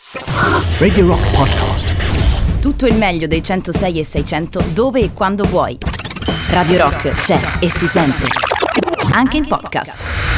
Radio Rock Podcast. Tutto il meglio dei 106 e 600 dove e quando vuoi. Radio Rock c'è e si sente anche in podcast.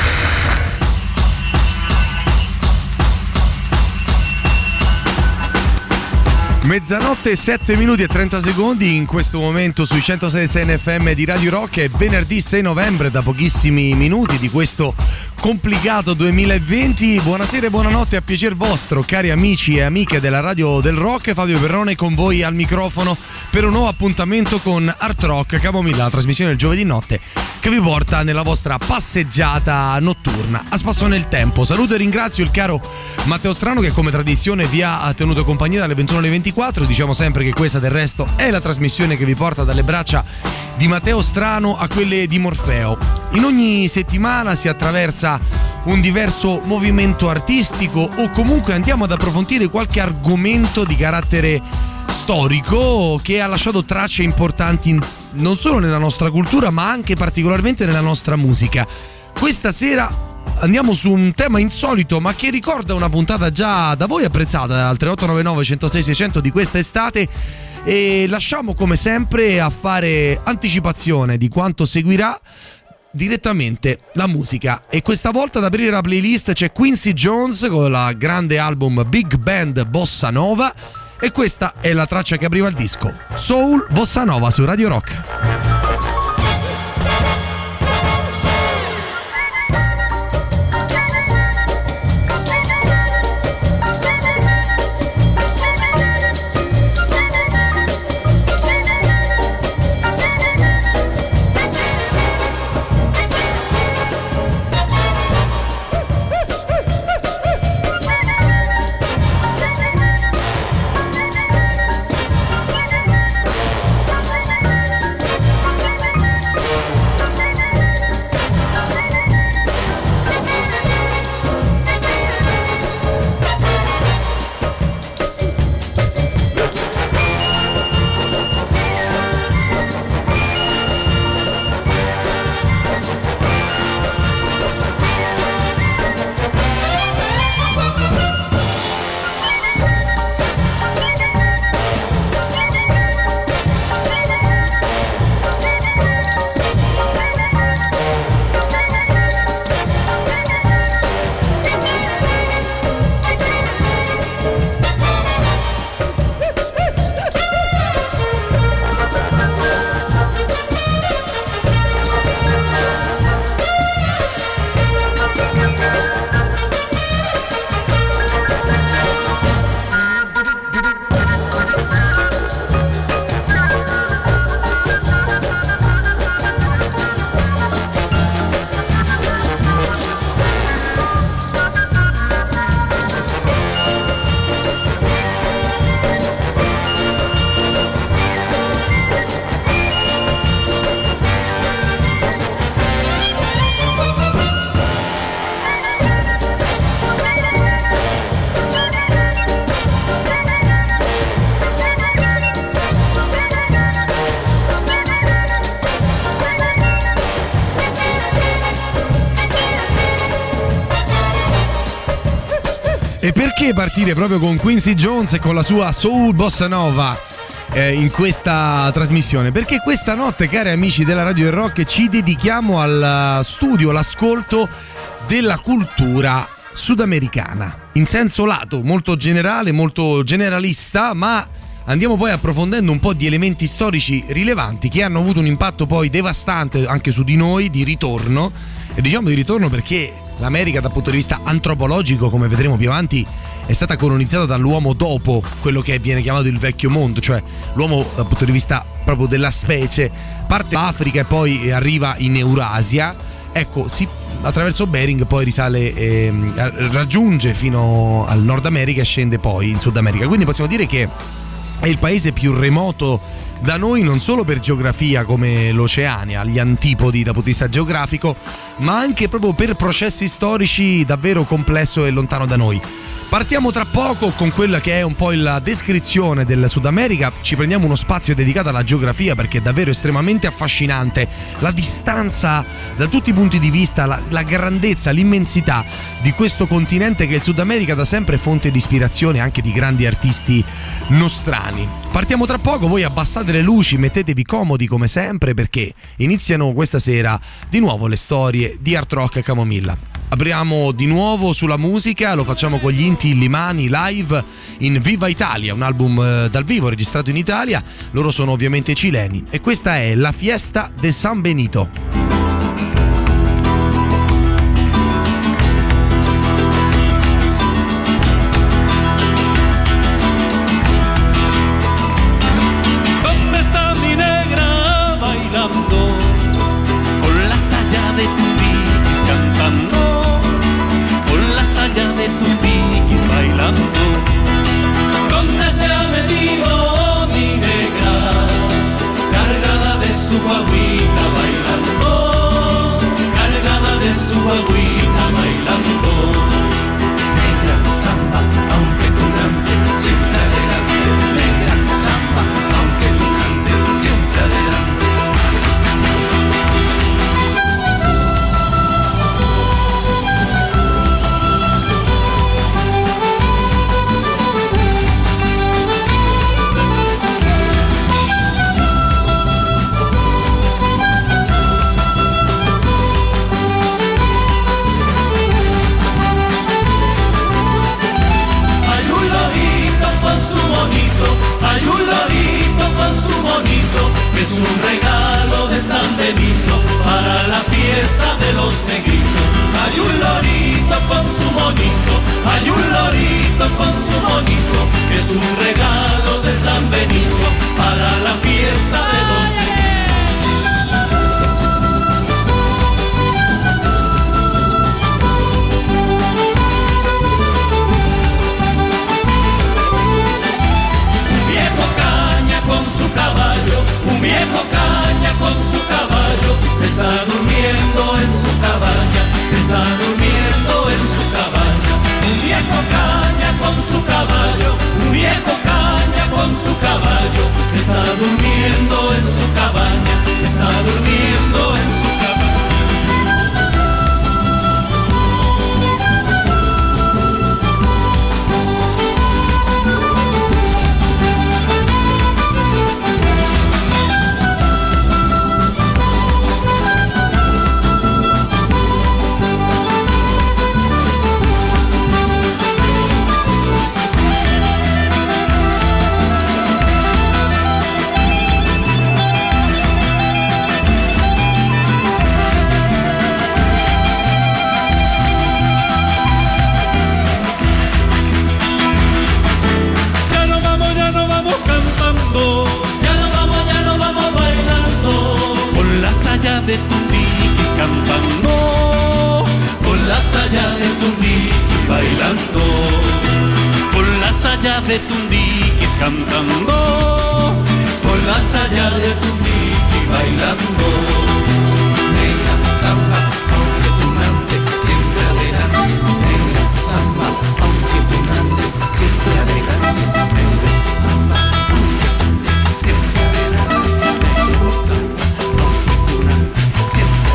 Mezzanotte 7 minuti e 30 secondi in questo momento sui 106 NFM di Radio Rock. È venerdì 6 novembre, da pochissimi minuti di questo complicato 2020. Buonasera e buonanotte a piacer vostro, cari amici e amiche della Radio del Rock. Fabio Perrone con voi al microfono per un nuovo appuntamento con Art Rock Camomilla, la trasmissione del giovedì notte che vi porta nella vostra passeggiata notturna a spasso nel tempo. Saluto e ringrazio il caro Matteo Strano, che come tradizione vi ha tenuto compagnia dalle 21 alle 24. Diciamo sempre che questa del resto è la trasmissione che vi porta dalle braccia di Matteo Strano a quelle di Morfeo. In ogni settimana si attraversa un diverso movimento artistico o comunque andiamo ad approfondire qualche argomento di carattere storico che ha lasciato tracce importanti non solo nella nostra cultura ma anche particolarmente nella nostra musica. Questa sera andiamo su un tema insolito ma che ricorda una puntata già da voi apprezzata al 3899 106 600 di questa estate, e lasciamo come sempre a fare anticipazione di quanto seguirà direttamente la musica. E questa volta ad aprire la playlist c'è Quincy Jones con la grande album Big Band Bossa Nova, e questa è la traccia che apriva il disco, Soul Bossa Nova su Radio Rock. E perché partire proprio con Quincy Jones e con la sua Soul Bossa Nova in questa trasmissione? Perché questa notte, cari amici della Radio del Rock, ci dedichiamo al studio, all'ascolto della cultura sudamericana in senso lato, molto generale, molto generalista, ma andiamo poi approfondendo un po' di elementi storici rilevanti che hanno avuto un impatto poi devastante anche su di noi, di ritorno. E diciamo di ritorno perché l'America dal punto di vista antropologico, come vedremo più avanti, è stata colonizzata dall'uomo dopo quello che viene chiamato il vecchio mondo, cioè l'uomo dal punto di vista proprio della specie parte dall'Africa e poi arriva in Eurasia. Ecco, attraverso Bering poi risale, raggiunge fino al Nord America e scende poi in Sud America. Quindi possiamo dire che è il paese più remoto da noi, non solo per geografia come l'Oceania, agli antipodi dal punto di vista geografico, ma anche proprio per processi storici davvero complesso e lontano da noi. Partiamo tra poco con quella che è un po' la descrizione del Sud America. Ci prendiamo uno spazio dedicato alla geografia perché è davvero estremamente affascinante la distanza da tutti i punti di vista, la grandezza, l'immensità di questo continente che è il Sud America, da sempre fonte di ispirazione anche di grandi artisti nostrani. Partiamo tra poco, voi abbassate le luci, mettetevi comodi come sempre perché iniziano questa sera di nuovo le storie di Art Rock e Camomilla. Apriamo di nuovo sulla musica, lo facciamo con gli Inti Illimani live in Viva Italia, un album dal vivo registrato in Italia. Loro sono ovviamente cileni e questa è La Fiesta de San Benito. Es un regalo de San Benito para la fiesta de los negritos. Hay un lorito con su monito, hay un lorito con su monito. Es un regalo de San Benito para la fiesta de los un viejo caña con su caballo, está durmiendo en su cabaña, está durmiendo en su cabaña. Un viejo caña con su caballo, un viejo caña con su caballo, está durmiendo en su cabaña, está durmiendo en su cabaña. De tundiquis cantando, con la saya de tundiquis bailando, con la saya de tundiquis cantando, con la saya de tundiquis bailando. Negra samba, aunque tunante, siempre adelante. Negra samba, aunque tunante, siempre adelante. Negra samba, aunque tunante, siempre adelante. Negra samba, siempre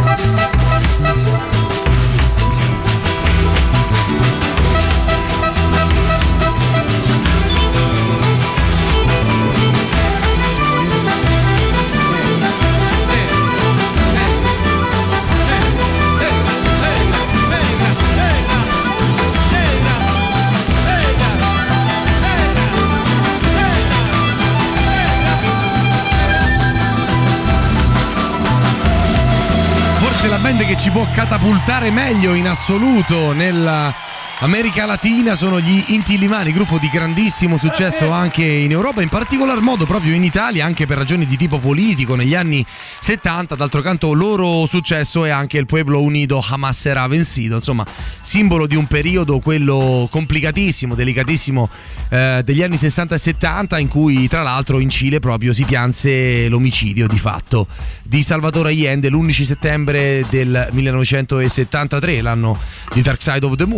la band che ci può catapultare meglio in assoluto nell'America Latina sono gli Inti Illimani, gruppo di grandissimo successo anche in Europa, in particolar modo proprio in Italia, anche per ragioni di tipo politico negli anni 70. D'altro canto loro successo è anche il Pueblo Unido Jamás Será Vencido, insomma simbolo di un periodo, quello complicatissimo, delicatissimo degli anni 60 e 70, in cui tra l'altro in Cile proprio si pianse l'omicidio di fatto di Salvador Allende l'11 settembre del 1973, l'anno di Dark Side of the Moon, tanto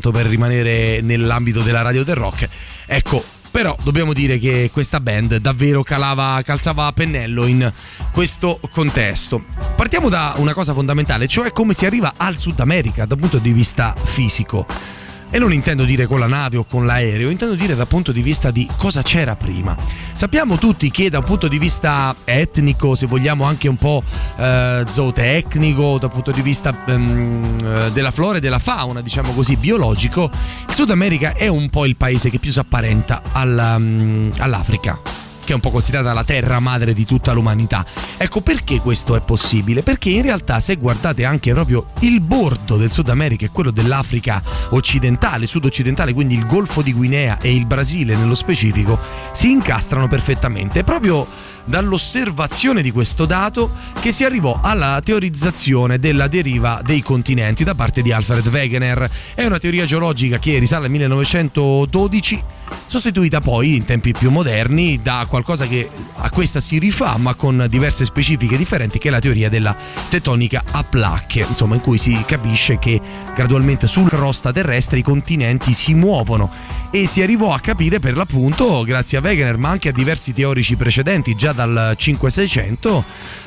tanto per rimanere nell'ambito della radio del rock. Ecco, però dobbiamo dire che questa band davvero calzava a pennello in questo contesto. Partiamo da una cosa fondamentale, cioè come si arriva al Sud America dal punto di vista fisico. E non intendo dire con la nave o con l'aereo, intendo dire dal punto di vista di cosa c'era prima. Sappiamo tutti che da un punto di vista etnico, se vogliamo anche un po' zootecnico, dal punto di vista della flora e della fauna, diciamo così, biologico, il Sud America è un po' il paese che più si apparenta all'Africa, che è un po' considerata la terra madre di tutta l'umanità. Ecco, perché questo è possibile? Perché in realtà, se guardate anche proprio il bordo del Sud America e quello dell'Africa occidentale, sud-occidentale, quindi il Golfo di Guinea e il Brasile nello specifico, si incastrano perfettamente. È proprio dall'osservazione di questo dato che si arrivò alla teorizzazione della deriva dei continenti da parte di Alfred Wegener. È una teoria geologica che risale al 1912, sostituita poi in tempi più moderni da qualcosa che a questa si rifà ma con diverse specifiche differenti, che è la teoria della tettonica a placche, insomma, in cui si capisce che gradualmente sulla crosta terrestre i continenti si muovono, e si arrivò a capire per l'appunto grazie a Wegener ma anche a diversi teorici precedenti già dal 500-600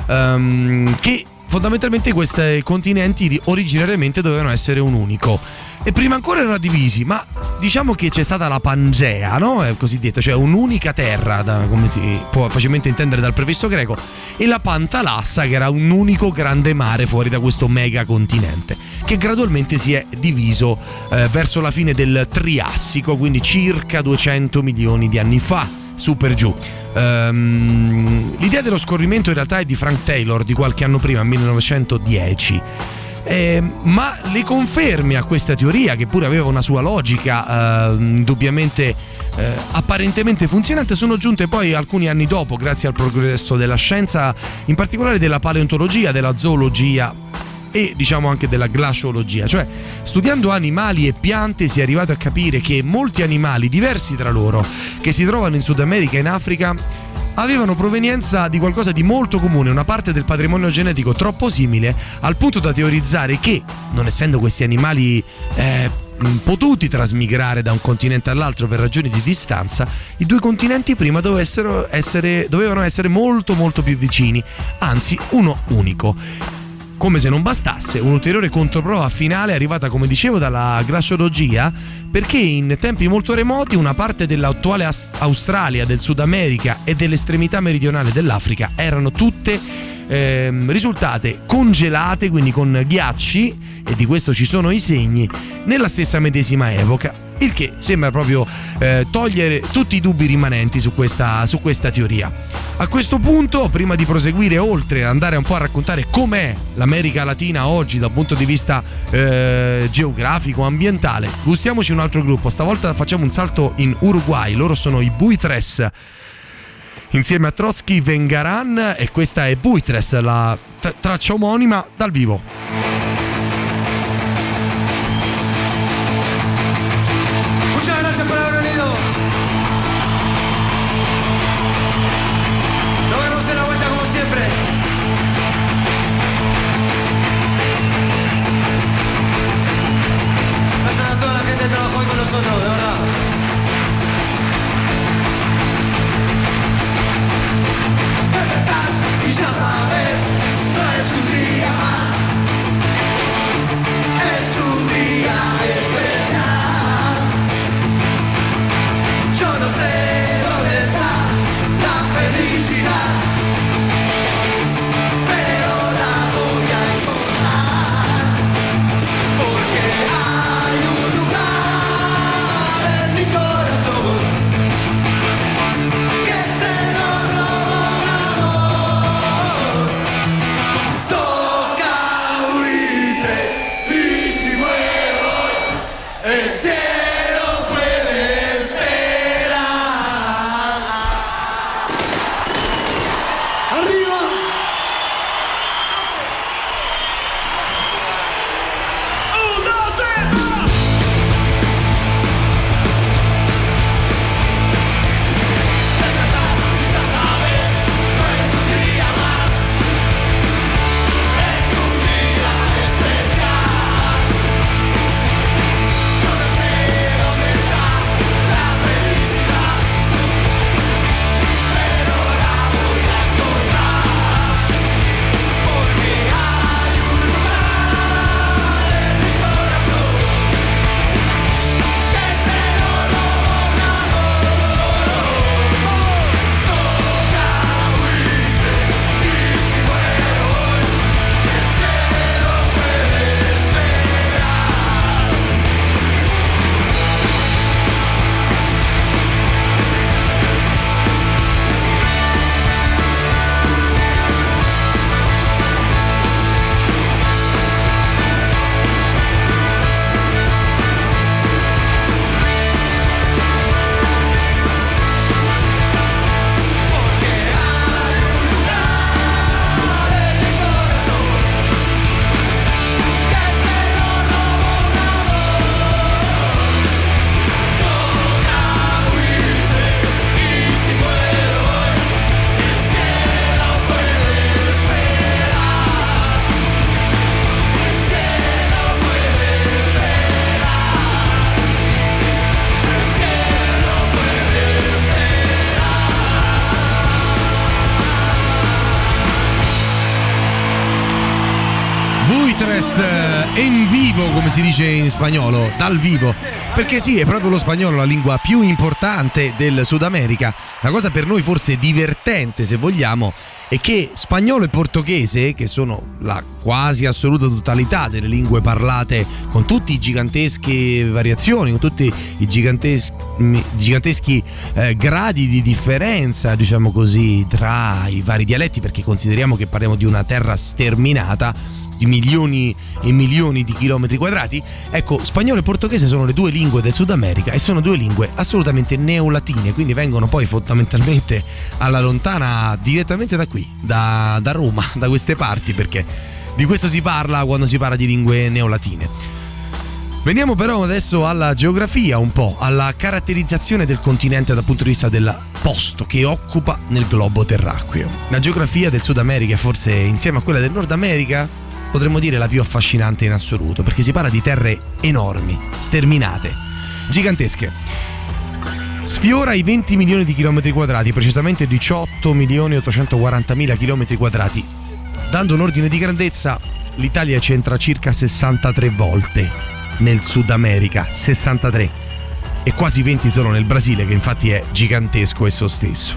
che fondamentalmente questi continenti originariamente dovevano essere un unico, e prima ancora erano divisi, ma diciamo che c'è stata la Pangea, no? È così detto, cioè un'unica terra, come si può facilmente intendere dal prefisso greco, e la Pantalassa, che era un unico grande mare fuori da questo mega continente, che gradualmente si è diviso verso la fine del Triassico, quindi circa 200 milioni di anni fa, su per giù. L'idea dello scorrimento in realtà è di Frank Taylor di qualche anno prima, 1910. Ma le conferme a questa teoria, che pure aveva una sua logica indubbiamente apparentemente funzionante, sono giunte poi alcuni anni dopo, grazie al progresso della scienza, in particolare della paleontologia, della zoologia e diciamo anche della glaciologia. Cioè, studiando animali e piante si è arrivato a capire che molti animali diversi tra loro che si trovano in Sud America e in Africa avevano provenienza di qualcosa di molto comune, una parte del patrimonio genetico troppo simile al punto da teorizzare che, non essendo questi animali potuti trasmigrare da un continente all'altro per ragioni di distanza, i due continenti prima dovevano essere molto molto più vicini, anzi uno unico. Come se non bastasse, un'ulteriore controprova finale è arrivata, come dicevo, dalla glaciologia, perché in tempi molto remoti una parte dell'attuale Australia, del Sud America e dell'estremità meridionale dell'Africa erano tutte risultate congelate, quindi con ghiacci, e di questo ci sono i segni, nella stessa medesima epoca, il che sembra proprio togliere tutti i dubbi rimanenti su questa teoria. A questo punto, prima di proseguire oltre, andare un po' a raccontare com'è l'America Latina oggi dal punto di vista geografico, ambientale, gustiamoci un altro gruppo. Stavolta facciamo un salto in Uruguay, loro sono i Buitres, insieme a Trotsky Vengaran, e questa è Buitres, la traccia omonima dal vivo. Muchas gracias por haber venido. Nos vemos en la vuelta como siempre. Gracias a toda la gente que trabajó hoy con nosotros, de verdad. Y ya sabes, no es un día más, es un día especial. Yo no sé dónde está la felicidad, pero la voy a encontrar, porque hay un lugar en mi corazón que se nos roba un amor. Toca buitre y si muero el cielo puede esperar. Señores, en vivo, come si dice in spagnolo, dal vivo, perché sì, è proprio lo spagnolo la lingua più importante del Sud America. La cosa per noi forse divertente, se vogliamo, è che spagnolo e portoghese, che sono la quasi assoluta totalità delle lingue parlate, con tutte i gigantesche variazioni, con tutti i giganteschi gradi di differenza, diciamo così, tra i vari dialetti, perché consideriamo che parliamo di una terra sterminata di milioni e milioni di chilometri quadrati. Ecco, spagnolo e portoghese sono le due lingue del Sud America e sono due lingue assolutamente neolatine, quindi vengono poi fondamentalmente alla lontana direttamente da qui, da Roma, da queste parti, perché di questo si parla quando si parla di lingue neolatine. Veniamo però adesso alla geografia, un po' alla caratterizzazione del continente dal punto di vista del posto che occupa nel globo terracqueo. La geografia del Sud America è forse, insieme a quella del Nord America, potremmo dire la più affascinante in assoluto, perché si parla di terre enormi, sterminate, gigantesche. Sfiora i 20 milioni di chilometri quadrati, precisamente 18 milioni 840 mila chilometri quadrati. Dando un ordine di grandezza, l'Italia c'entra circa 63 volte nel Sud America, 63, e quasi 20 solo nel Brasile, che infatti è gigantesco esso stesso.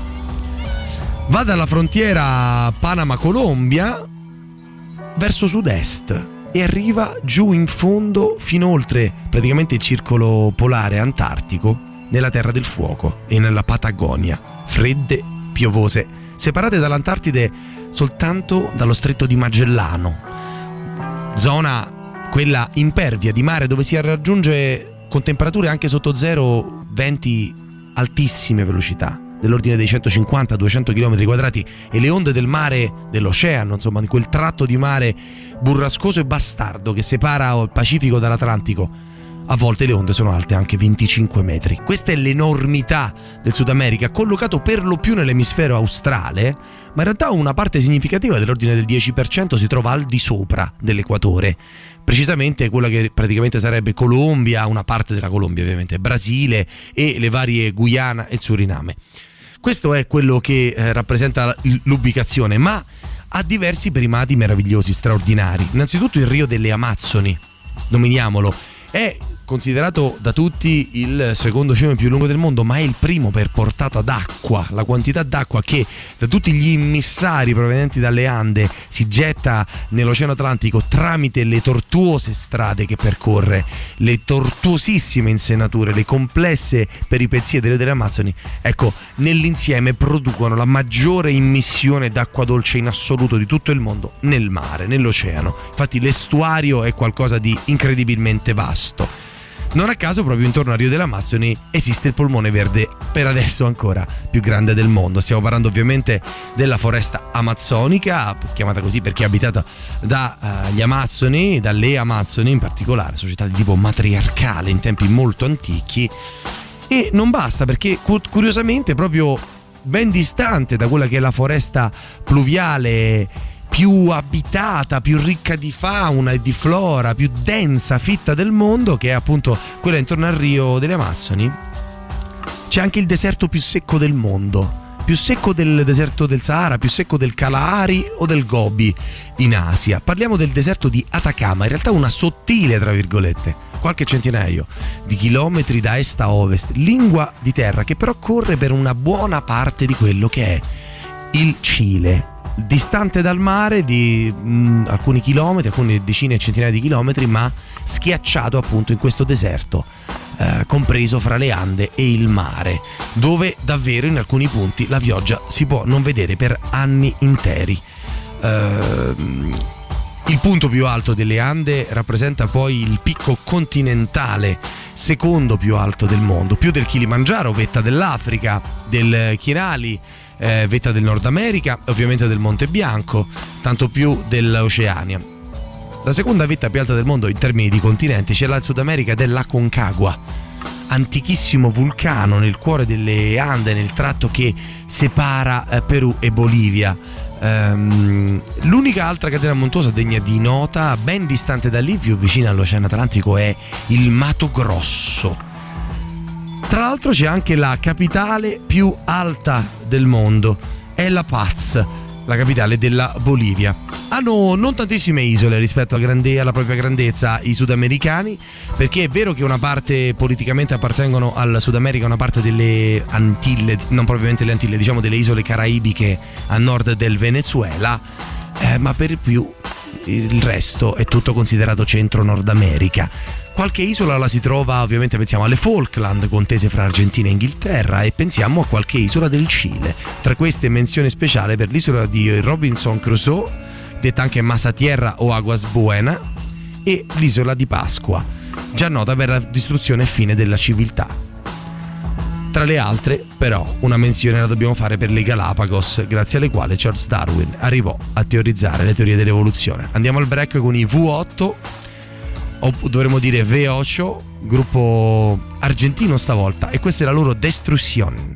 Va dalla frontiera Panama-Colombia verso sud-est e arriva giù in fondo fino oltre praticamente il circolo polare antartico, nella Terra del Fuoco e nella Patagonia, fredde, piovose, separate dall'Antartide soltanto dallo stretto di Magellano, zona quella impervia di mare dove si raggiunge con temperature anche sotto zero venti altissime velocità, dell'ordine dei 150-200 km quadrati, e le onde del mare, dell'oceano, insomma, in quel tratto di mare burrascoso e bastardo che separa il Pacifico dall'Atlantico, a volte le onde sono alte anche 25 metri. Questa è l'enormità del Sud America, collocato per lo più nell'emisfero australe, ma in realtà una parte significativa dell'ordine del 10% si trova al di sopra dell'equatore, precisamente quella che praticamente sarebbe Colombia, una parte della Colombia ovviamente, Brasile e le varie Guyana e il Suriname. Questo è quello che rappresenta l'ubicazione, ma ha diversi primati meravigliosi, straordinari. Innanzitutto il Rio delle Amazzoni, nominiamolo, è considerato da tutti il secondo fiume più lungo del mondo, ma è il primo per portata d'acqua. La quantità d'acqua che da tutti gli immissari provenienti dalle Ande si getta nell'Oceano Atlantico tramite le tortuose strade che percorre, le tortuosissime insenature, le complesse peripezie delle Amazzoni, ecco, nell'insieme producono la maggiore immissione d'acqua dolce in assoluto di tutto il mondo nel mare, nell'oceano. Infatti l'estuario è qualcosa di incredibilmente vasto. Non a caso proprio intorno al Rio delle Amazzoni esiste il polmone verde per adesso ancora più grande del mondo. Stiamo parlando ovviamente della foresta amazzonica, chiamata così perché è abitata dagli Amazzoni, dalle Amazzoni in particolare, società di tipo matriarcale in tempi molto antichi. E non basta, perché curiosamente proprio ben distante da quella che è la foresta pluviale più abitata, più ricca di fauna e di flora, più densa, fitta del mondo, che è appunto quella intorno al Rio delle Amazzoni, c'è anche il deserto più secco del mondo, più secco del deserto del Sahara, più secco del Kalahari o del Gobi in Asia. Parliamo del deserto di Atacama, in realtà una sottile, tra virgolette, qualche centinaio di chilometri da est a ovest, lingua di terra che però corre per una buona parte di quello che è il Cile, distante dal mare di alcuni chilometri, alcune decine e centinaia di chilometri, ma schiacciato appunto in questo deserto compreso fra le Ande e il mare, dove davvero in alcuni punti la pioggia si può non vedere per anni interi. Il punto più alto delle Ande rappresenta poi il picco continentale secondo più alto del mondo, più del Kilimangiaro, vetta dell'Africa, del Chinali, vetta del Nord America, ovviamente del Monte Bianco, tanto più dell'Oceania. La seconda vetta più alta del mondo in termini di continenti c'è la Sud America della Concagua, antichissimo vulcano nel cuore delle Ande, nel tratto che separa Perù e Bolivia. L'unica altra catena montuosa degna di nota, ben distante da lì, più vicina all'Oceano Atlantico, è il Mato Grosso. Tra l'altro c'è anche la capitale più alta del mondo, è La Paz, la capitale della Bolivia. Hanno non tantissime isole rispetto alla propria grandezza i sudamericani, perché è vero che una parte politicamente appartengono al Sud America, una parte delle Antille, non propriamente le Antille, diciamo delle isole caraibiche a nord del Venezuela, ma per più il resto è tutto considerato centro-Nord America. Qualche isola la si trova, ovviamente pensiamo alle Falkland, contese fra Argentina e Inghilterra, e pensiamo a qualche isola del Cile. Tra queste menzione speciale per l'isola di Robinson Crusoe, detta anche Masatierra o Aguas Buena, e l'isola di Pasqua, già nota per la distruzione e fine della civiltà. Tra le altre, però, una menzione la dobbiamo fare per le Galapagos, grazie alle quali Charles Darwin arrivò a teorizzare le teorie dell'evoluzione. Andiamo al break con i V8, o dovremmo dire V8, gruppo argentino stavolta, e questa è la loro Destrucción.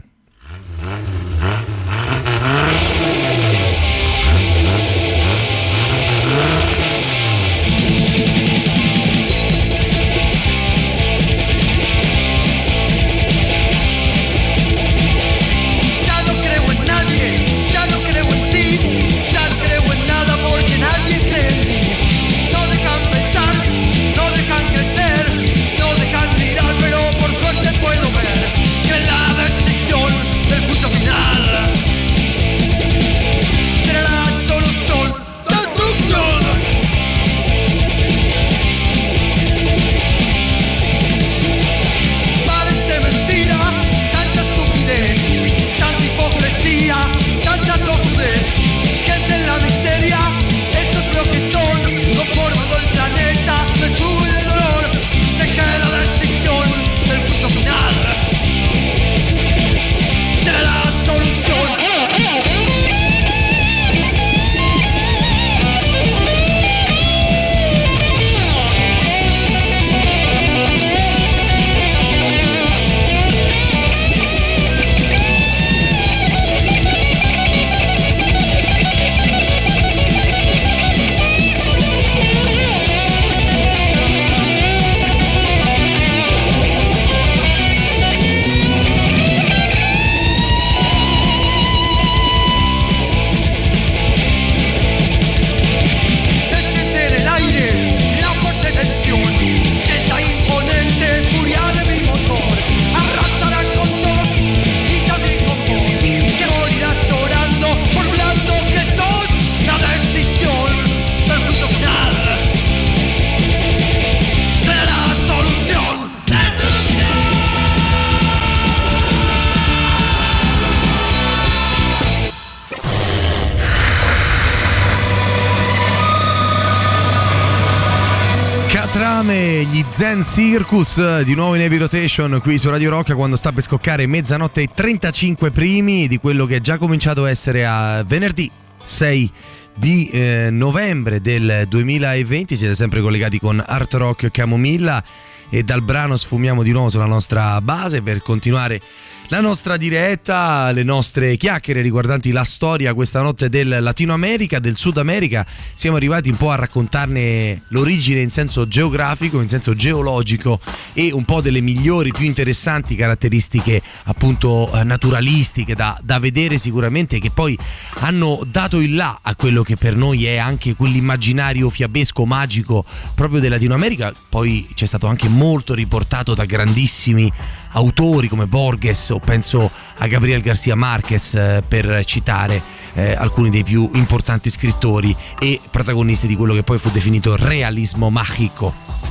Gli Zen Circus di nuovo in Heavy Rotation qui su Radio Rock, quando sta per scoccare mezzanotte e 35 primi di quello che è già cominciato a essere a venerdì 6 di novembre del 2020. Siete sempre collegati con Art Rock Camomilla e dal brano sfumiamo di nuovo sulla nostra base per continuare la nostra diretta, le nostre chiacchiere riguardanti la storia questa notte del Latino America, del Sud America. Siamo arrivati un po' a raccontarne l'origine in senso geografico, in senso geologico, e un po' delle migliori, più interessanti caratteristiche appunto naturalistiche da vedere sicuramente, che poi hanno dato il là a quello che per noi è anche quell'immaginario fiabesco, magico proprio del Latino America. Poi c'è stato anche molto riportato da grandissimi autori come Borges, o penso a Gabriel García Márquez, per citare alcuni dei più importanti scrittori e protagonisti di quello che poi fu definito realismo magico.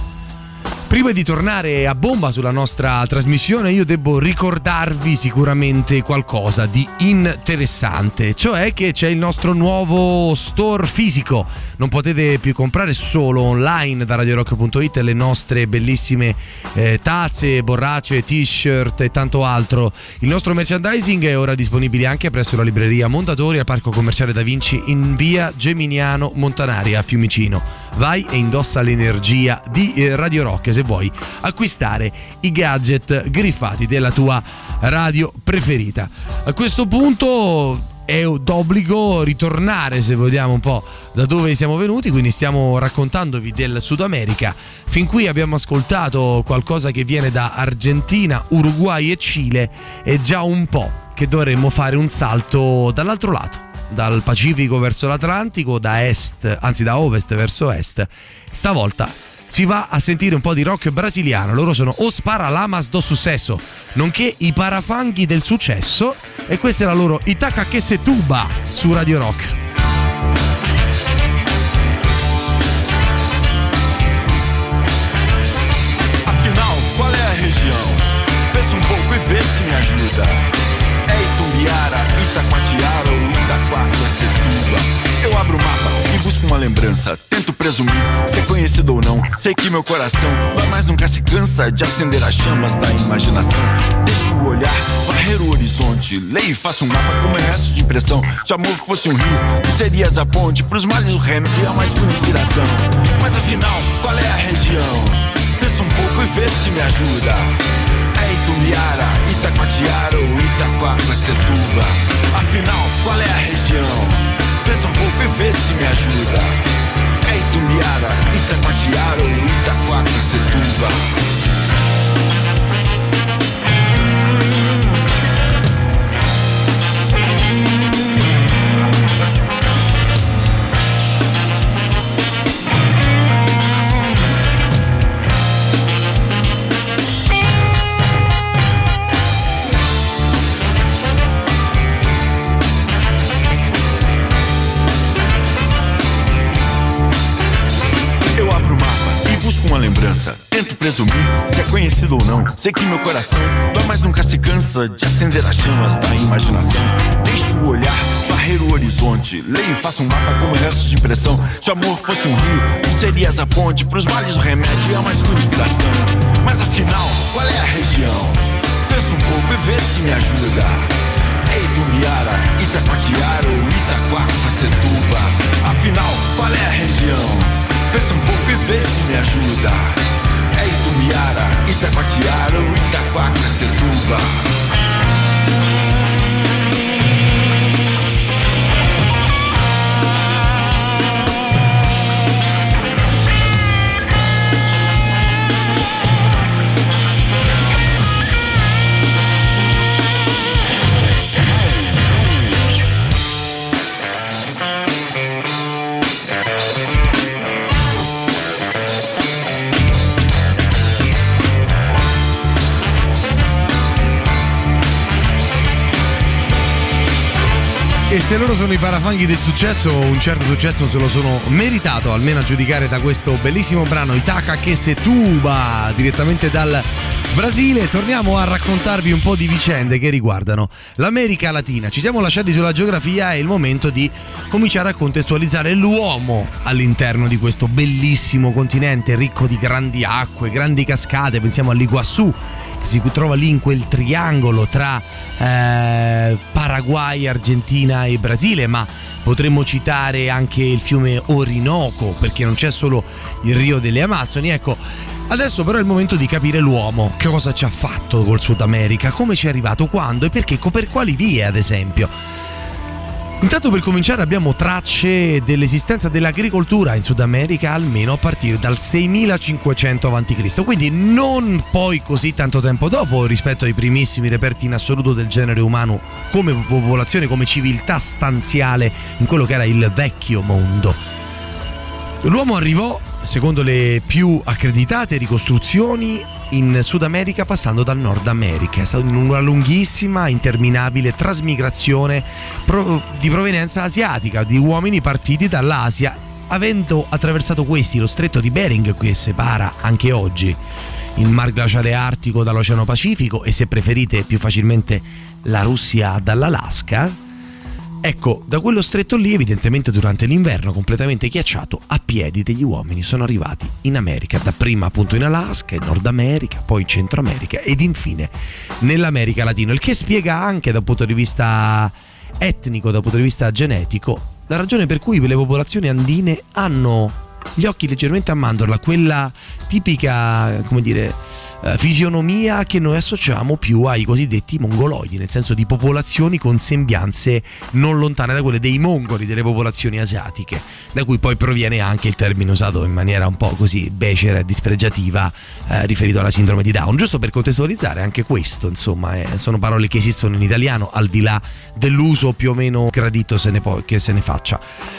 Prima di tornare a bomba sulla nostra trasmissione, io devo ricordarvi sicuramente qualcosa di interessante, cioè che c'è il nostro nuovo store fisico. Non potete più comprare solo online da radiorock.it le nostre bellissime tazze, borracce, t-shirt e tanto altro. Il nostro merchandising è ora disponibile anche presso la libreria Mondadori al Parco Commerciale Da Vinci in via Geminiano Montanari a Fiumicino. Vai e indossa l'energia di Radio Rock se vuoi acquistare i gadget griffati della tua radio preferita. A questo punto è d'obbligo ritornare, se vogliamo, un po' da dove siamo venuti, quindi stiamo raccontandovi del Sud America. Fin qui abbiamo ascoltato qualcosa che viene da Argentina, Uruguay e Cile, e già un po' che dovremmo fare un salto dall'altro lato, dal Pacifico verso l'Atlantico, da ovest verso est. Stavolta si va a sentire un po' di rock brasiliano. Loro sono Os Paralamas do Sucesso, nonché i Parafanghi del Successo, e questa è la loro Itaquaquecetuba su Radio Rock. Afinal, qual é a região? Pensa pouco e vê se me ajuda. É Itumbiara, Itacoatiara ou Itaquaquecetuba? Eu abro o mapa e busco uma lembrança. Tento presumir, ser conhecido ou não. Sei que meu coração jamais nunca se cansa de acender as chamas da imaginação. Deixo o olhar varrer o horizonte. Leio e faço um mapa com meu resto de impressão. Se o amor fosse um rio, tu serias a ponte. Pros males o remédio e a mais pura inspiração. Mas afinal, qual é a região? Pensa pouco e vê se me ajuda. É Itumbiara, Itacoatiara ou Itaquaquecetuba? Afinal, qual é a região? Pensa pouco e vê se me ajuda. É Itumbiara, Itacoatiara ou Itaquaquecetuba? Uma lembrança, tento presumir se é conhecido ou não. Sei que meu coração dói, mas nunca se cansa de acender as chamas da imaginação. Deixo o olhar varrer o horizonte. Leio e faço um mapa como resto de impressão. Se o amor fosse um rio, tu serias a ponte. Pros males o remédio e a mais pura inspiração. Mas afinal, qual é a região? Pensa pouco e vê se me ajuda. É Itumbiara, Itacoatiara ou Itaquaquecetuba? Afinal, qual é a região? Pensa pouco e vê se me ajuda. É Itumbiara, Itacoatiara ou Itaquaquecetuba? E se loro sono i Parafanghi del Successo, un certo successo se lo sono meritato, almeno a giudicare da questo bellissimo brano Itaquaquecetuba, direttamente dal Brasile. Torniamo a raccontarvi un po' di vicende che riguardano l'America Latina. Ci siamo lasciati sulla geografia, è il momento di cominciare a contestualizzare l'uomo all'interno di questo bellissimo continente ricco di grandi acque, grandi cascate. Pensiamo all'Iguassù, che si trova lì in quel triangolo tra Paraguay, Argentina e Brasile, ma potremmo citare anche il fiume Orinoco, perché non c'è solo il Rio delle Amazzoni. Ecco, adesso però è il momento di capire l'uomo, che cosa ci ha fatto col Sud America, come ci è arrivato, quando e perché, per quali vie ad esempio. Intanto, per cominciare, abbiamo tracce dell'esistenza dell'agricoltura in Sud America almeno a partire dal 6500 a.C., quindi non poi così tanto tempo dopo rispetto ai primissimi reperti in assoluto del genere umano come popolazione, come civiltà stanziale in quello che era il vecchio mondo. L'uomo arrivò, secondo le più accreditate ricostruzioni, in Sud America passando dal Nord America. È stata una lunghissima, interminabile trasmigrazione di provenienza asiatica, di uomini partiti dall'Asia, avendo attraversato questi lo stretto di Bering, che separa anche oggi il mar glaciale artico dall'Oceano Pacifico e, se preferite più facilmente, la Russia dall'Alaska. Ecco, da quello stretto lì, evidentemente durante l'inverno completamente ghiacciato, a piedi degli uomini sono arrivati in America, dapprima appunto in Alaska, in Nord America, poi in Centro America ed infine nell'America Latina, il che spiega anche dal punto di vista etnico, dal punto di vista genetico, la ragione per cui le popolazioni andine hanno gli occhi leggermente a mandorla, quella tipica, come dire, fisionomia che noi associamo più ai cosiddetti mongoloidi, nel senso di popolazioni con sembianze non lontane da quelle dei mongoli, delle popolazioni asiatiche, da cui poi proviene anche il termine usato in maniera un po' così becera e dispregiativa riferito alla sindrome di Down. Giusto per contestualizzare anche questo, insomma, sono parole che esistono in italiano al di là dell'uso più o meno gradito che se ne faccia.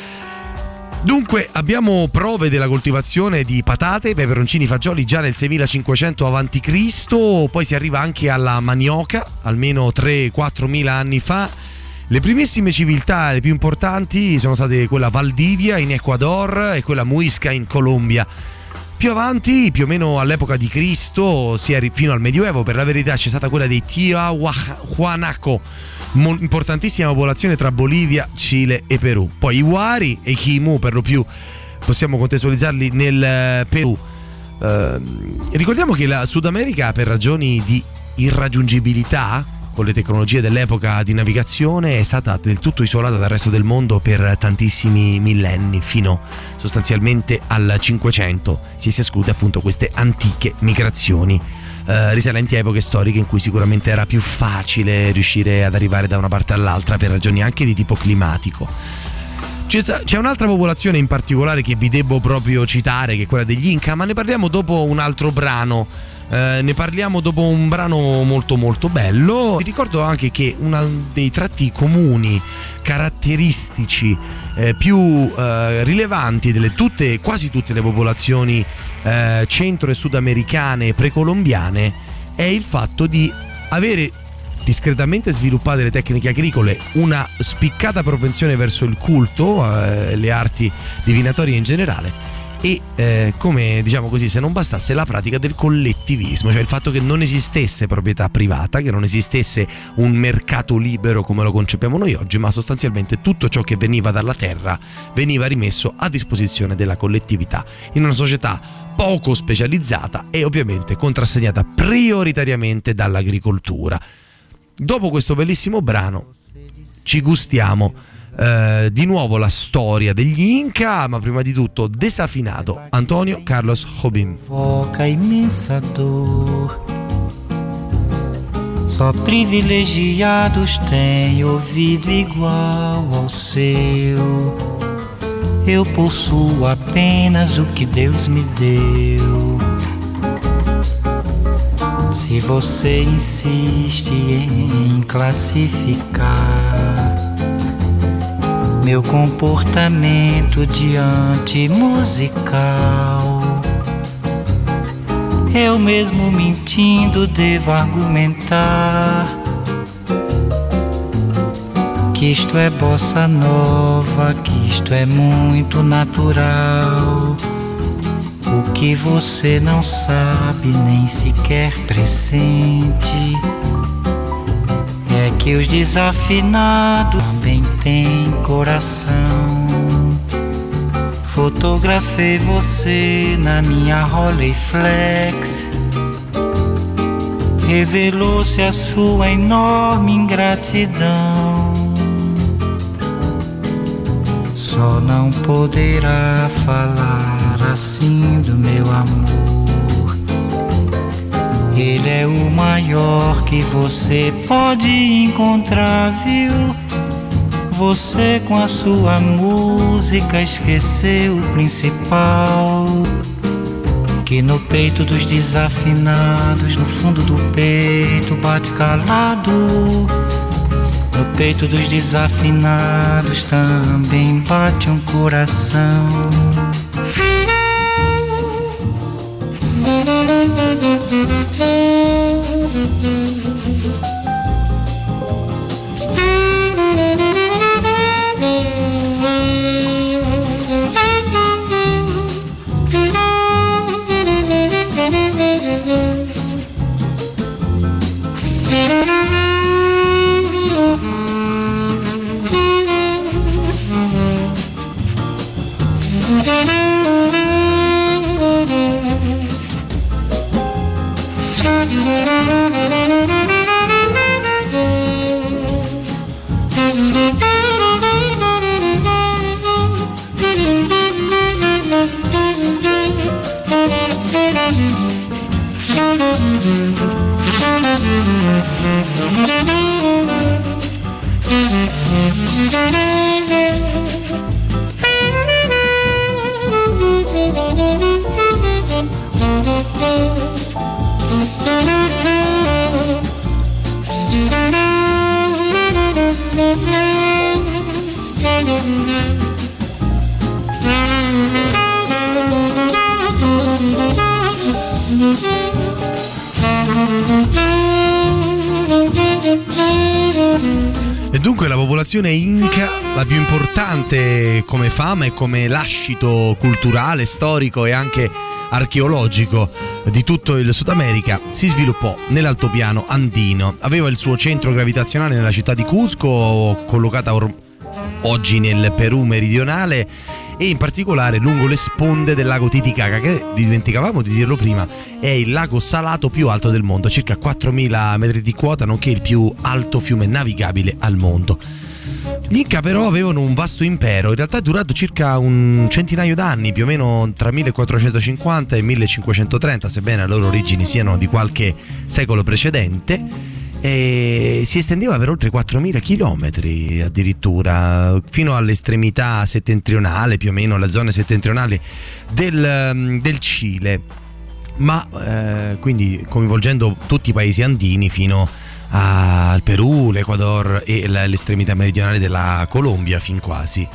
Dunque abbiamo prove della coltivazione di patate, peperoncini, fagioli già nel 6500 a.C., poi si arriva anche alla manioca almeno 3-4 mila anni fa. Le primissime civiltà, le più importanti, sono state quella Valdivia in Ecuador e quella Muisca in Colombia. Più avanti, più o meno all'epoca di Cristo, fino al Medioevo per la verità, c'è stata quella dei Tiahuanaco, importantissima popolazione tra Bolivia, Cile e Perù. Poi i Wari e i Kimu, per lo più possiamo contestualizzarli nel Perù. Ricordiamo che la Sud America, per ragioni di irraggiungibilità con le tecnologie dell'epoca di navigazione, è stata del tutto isolata dal resto del mondo per tantissimi millenni, fino sostanzialmente al 500, si esclude appunto queste antiche migrazioni risalenti a epoche storiche in cui sicuramente era più facile riuscire ad arrivare da una parte all'altra per ragioni anche di tipo climatico. C'è un'altra popolazione in particolare che vi devo proprio citare, che è quella degli Inca, ma ne parliamo dopo un altro brano. Ne parliamo dopo un brano molto molto bello. Vi ricordo anche che uno dei tratti comuni, caratteristici, più rilevanti delle quasi tutte le popolazioni centro- e sudamericane precolombiane è il fatto di avere discretamente sviluppate le tecniche agricole, una spiccata propensione verso il culto, le arti divinatorie in generale, e come diciamo così, se non bastasse, la pratica del collettivismo, cioè il fatto che non esistesse proprietà privata, che non esistesse un mercato libero come lo concepiamo noi oggi, ma sostanzialmente tutto ciò che veniva dalla terra veniva rimesso a disposizione della collettività in una società poco specializzata e ovviamente contrassegnata prioritariamente dall'agricoltura. Dopo questo bellissimo brano ci gustiamo di nuovo la storia degli Inca, ma prima di tutto Desafinado, Antônio Carlos Jobim. Foca imensa dor, só privilegiados têm ouvido igual ao seu. Eu possuo apenas o que Deus me deu. Se você insiste em classificar meu comportamento diante musical, eu mesmo mentindo devo argumentar que isto é bossa nova, que isto é muito natural. O que você não sabe nem sequer pressente é que os desafinados também têm coração. Fotografei você na minha Rolleiflex, revelou-se a sua enorme ingratidão. Só não poderá falar assim do meu amor. Ele é o maior que você pode encontrar, viu? Você com a sua música esqueceu o principal, que no peito dos desafinados, no fundo do peito bate calado. No peito dos desafinados também bate um coração. E dunque la popolazione Inca, la più importante come fama e come lascito culturale, storico e anche archeologico di tutto il Sud America, si sviluppò nell'altopiano andino. Aveva il suo centro gravitazionale nella città di Cusco, collocata oggi nel Perù meridionale, e in particolare lungo le sponde del lago Titicaca, che dimenticavamo di dirlo prima, è il lago salato più alto del mondo, circa 4.000 metri di quota, nonché il più alto fiume navigabile al mondo. Gli Inca però avevano un vasto impero, in realtà è durato circa un centinaio d'anni, più o meno tra 1450 e 1530, sebbene le loro origini siano di qualche secolo precedente, e si estendeva per oltre 4.000 chilometri addirittura, fino all'estremità settentrionale, più o meno le zone settentrionali del Cile, ma quindi coinvolgendo tutti i paesi andini fino al Perù, l'Ecuador e l'estremità meridionale della Colombia fin quasi.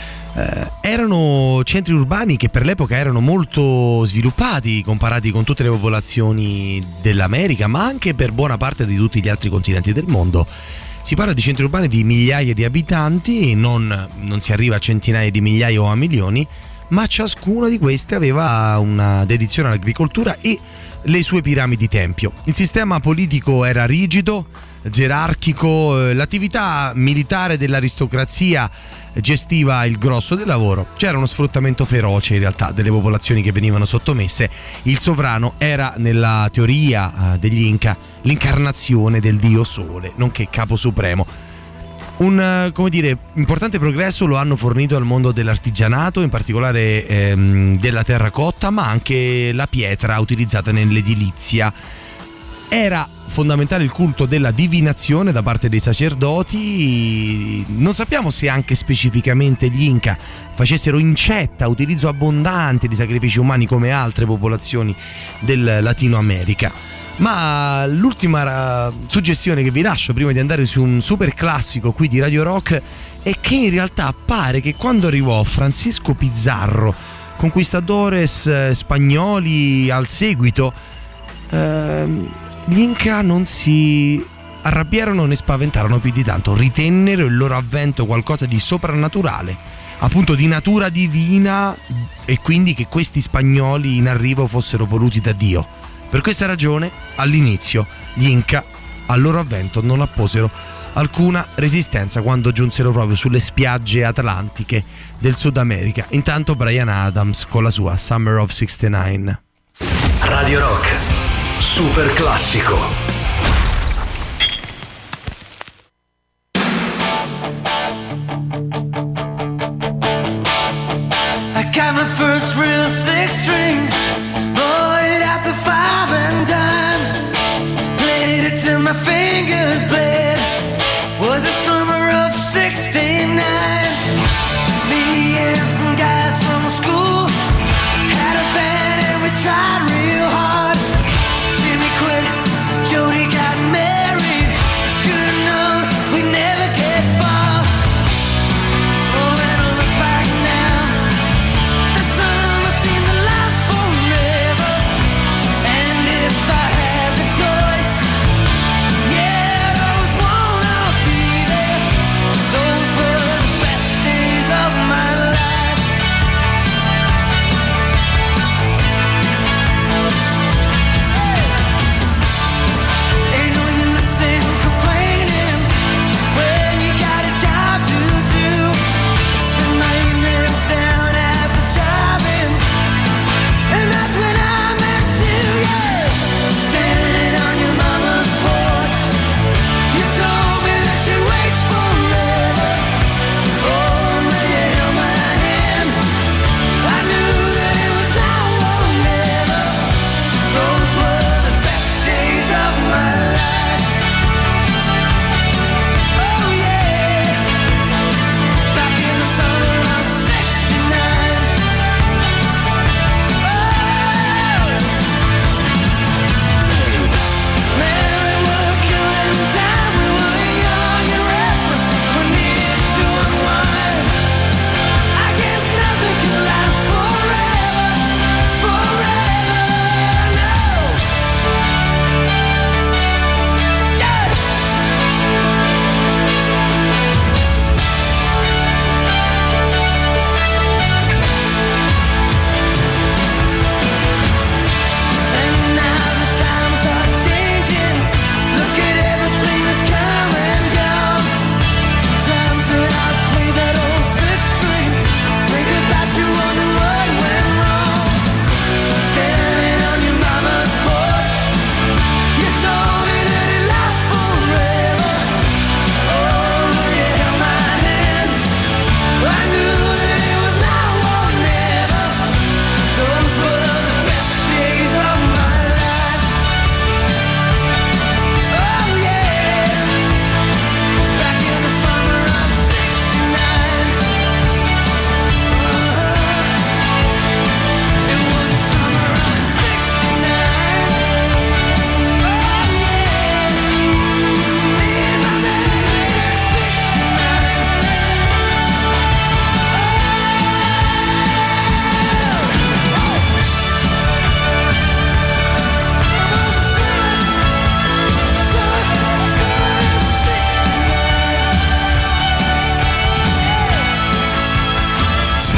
Erano centri urbani che per l'epoca erano molto sviluppati comparati con tutte le popolazioni dell'America, ma anche per buona parte di tutti gli altri continenti del mondo. Si parla di centri urbani di migliaia di abitanti, non si arriva a centinaia di migliaia o a milioni, ma ciascuna di queste aveva una dedizione all'agricoltura e le sue piramidi tempio. Il sistema politico era rigido, gerarchico, l'attività militare dell'aristocrazia gestiva il grosso del lavoro. C'era uno sfruttamento feroce in realtà delle popolazioni che venivano sottomesse. Il sovrano era, nella teoria degli Inca, l'incarnazione del dio Sole, nonché capo supremo. Un importante progresso lo hanno fornito al mondo dell'artigianato, in particolare della terracotta, ma anche la pietra utilizzata nell'edilizia. Era fondamentale il culto della divinazione da parte dei sacerdoti. Non sappiamo se anche specificamente gli Inca facessero incetta utilizzo abbondante di sacrifici umani come altre popolazioni del Latino America. Ma l'ultima suggestione che vi lascio prima di andare su un super classico qui di Radio Rock è che in realtà pare che quando arrivò Francisco Pizarro, conquistadores spagnoli al seguito, gli Inca non si arrabbiarono né spaventarono più di tanto, ritennero il loro avvento qualcosa di soprannaturale, appunto di natura divina, e quindi che questi spagnoli in arrivo fossero voluti da Dio. Per questa ragione, all'inizio, gli Inca al loro avvento non apposero alcuna resistenza quando giunsero proprio sulle spiagge atlantiche del Sud America. Intanto Bryan Adams con la sua Summer of '69. Radio Rock, super classico. I got my first real six string, bought it at the 5 and dime, played it till my fingers bled. Was the summer of '69. Me and some guys from school had a band and we tried real hard. Jimmy quit, Jody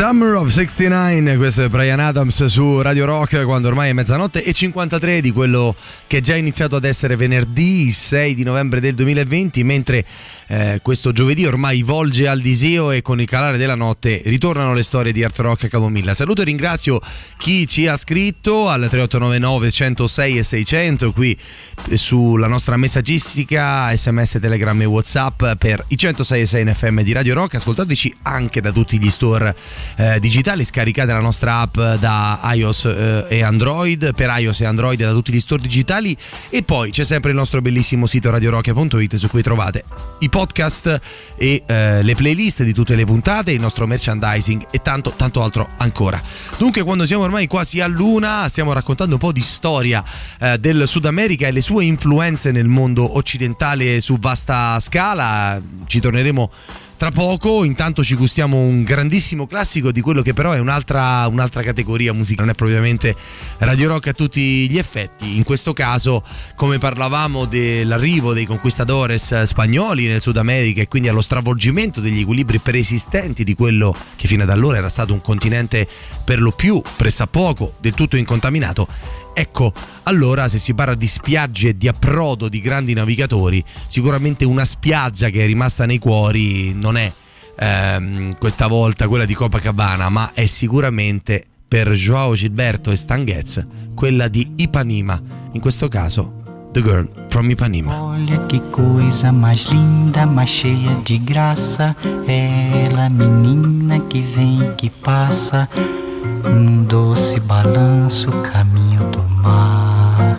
Summer of 69, questo è Bryan Adams su Radio Rock, quando ormai è mezzanotte e 53 di quello che è già iniziato ad essere venerdì 6 di novembre del 2020, mentre questo giovedì ormai volge al diseo e con il calare della notte ritornano le storie di Art Rock e Camomilla. Saluto e ringrazio chi ci ha scritto al 3899 106 e 600 qui sulla nostra messaggistica, SMS, Telegram e WhatsApp per i 106 e 6 in FM di Radio Rock. Ascoltateci anche da tutti gli store digitali, scaricate la nostra app da iOS e Android, per iOS e Android da tutti gli store digitali, e poi c'è sempre il nostro bellissimo sito radiorock.it su cui trovate i podcast e le playlist di tutte le puntate, il nostro merchandising e tanto altro ancora. Dunque, quando siamo ormai quasi a luna, stiamo raccontando un po' di storia del Sud America e le sue influenze nel mondo occidentale su vasta scala. Ci torneremo tra poco, intanto ci gustiamo un grandissimo classico di quello che però è un'altra categoria musicale, non è propriamente Radio Rock a tutti gli effetti. In questo caso, come parlavamo dell'arrivo dei conquistadores spagnoli nel Sud America e quindi allo stravolgimento degli equilibri preesistenti di quello che fino ad allora era stato un continente per lo più pressappoco del tutto incontaminato, ecco, allora se si parla di spiagge e di approdo di grandi navigatori, sicuramente una spiaggia che è rimasta nei cuori non è questa volta quella di Copacabana, ma è sicuramente per Joao Gilberto e Stan Getz quella di Ipanema, in questo caso The Girl from Ipanema. Olha que coisa mais linda, mais cheia di graça, ela menina que vem e que passa num doce balanço, caminho do mar.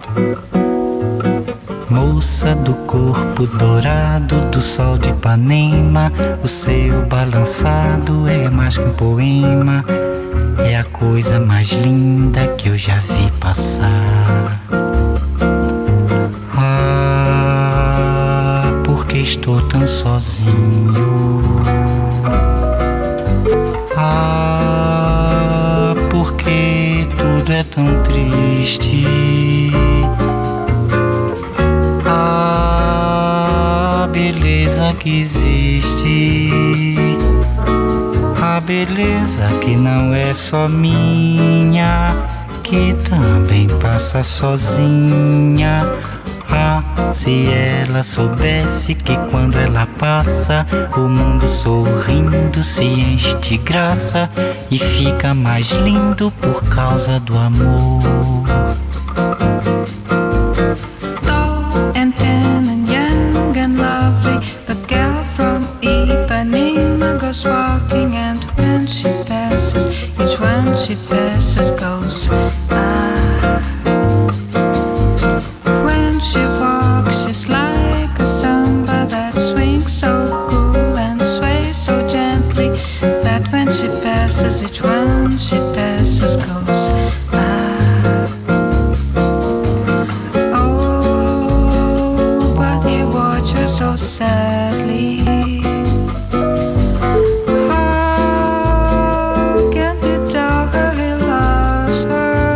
Moça do corpo dourado do sol de Ipanema, o seu balançado é mais que um poema, é a coisa mais linda que eu já vi passar. Ah, porque estou tão sozinho. Ah, porque tudo é tão triste. A beleza que existe, a beleza que não é só minha, que também passa sozinha. Ah, se ela soubesse que quando ela passa, o mundo sorrindo se enche de graça e fica mais lindo por causa do amor. Tall and tan and young and lovely, the girl from Ipanema goes walking, and when she passes, each one she passes goes ah. When she walks, she's like a samba that swings so cool and sways so gently, that when she passes, each one she passes goes ah. Oh, but he watches her so sadly. How can he tell her he loves her?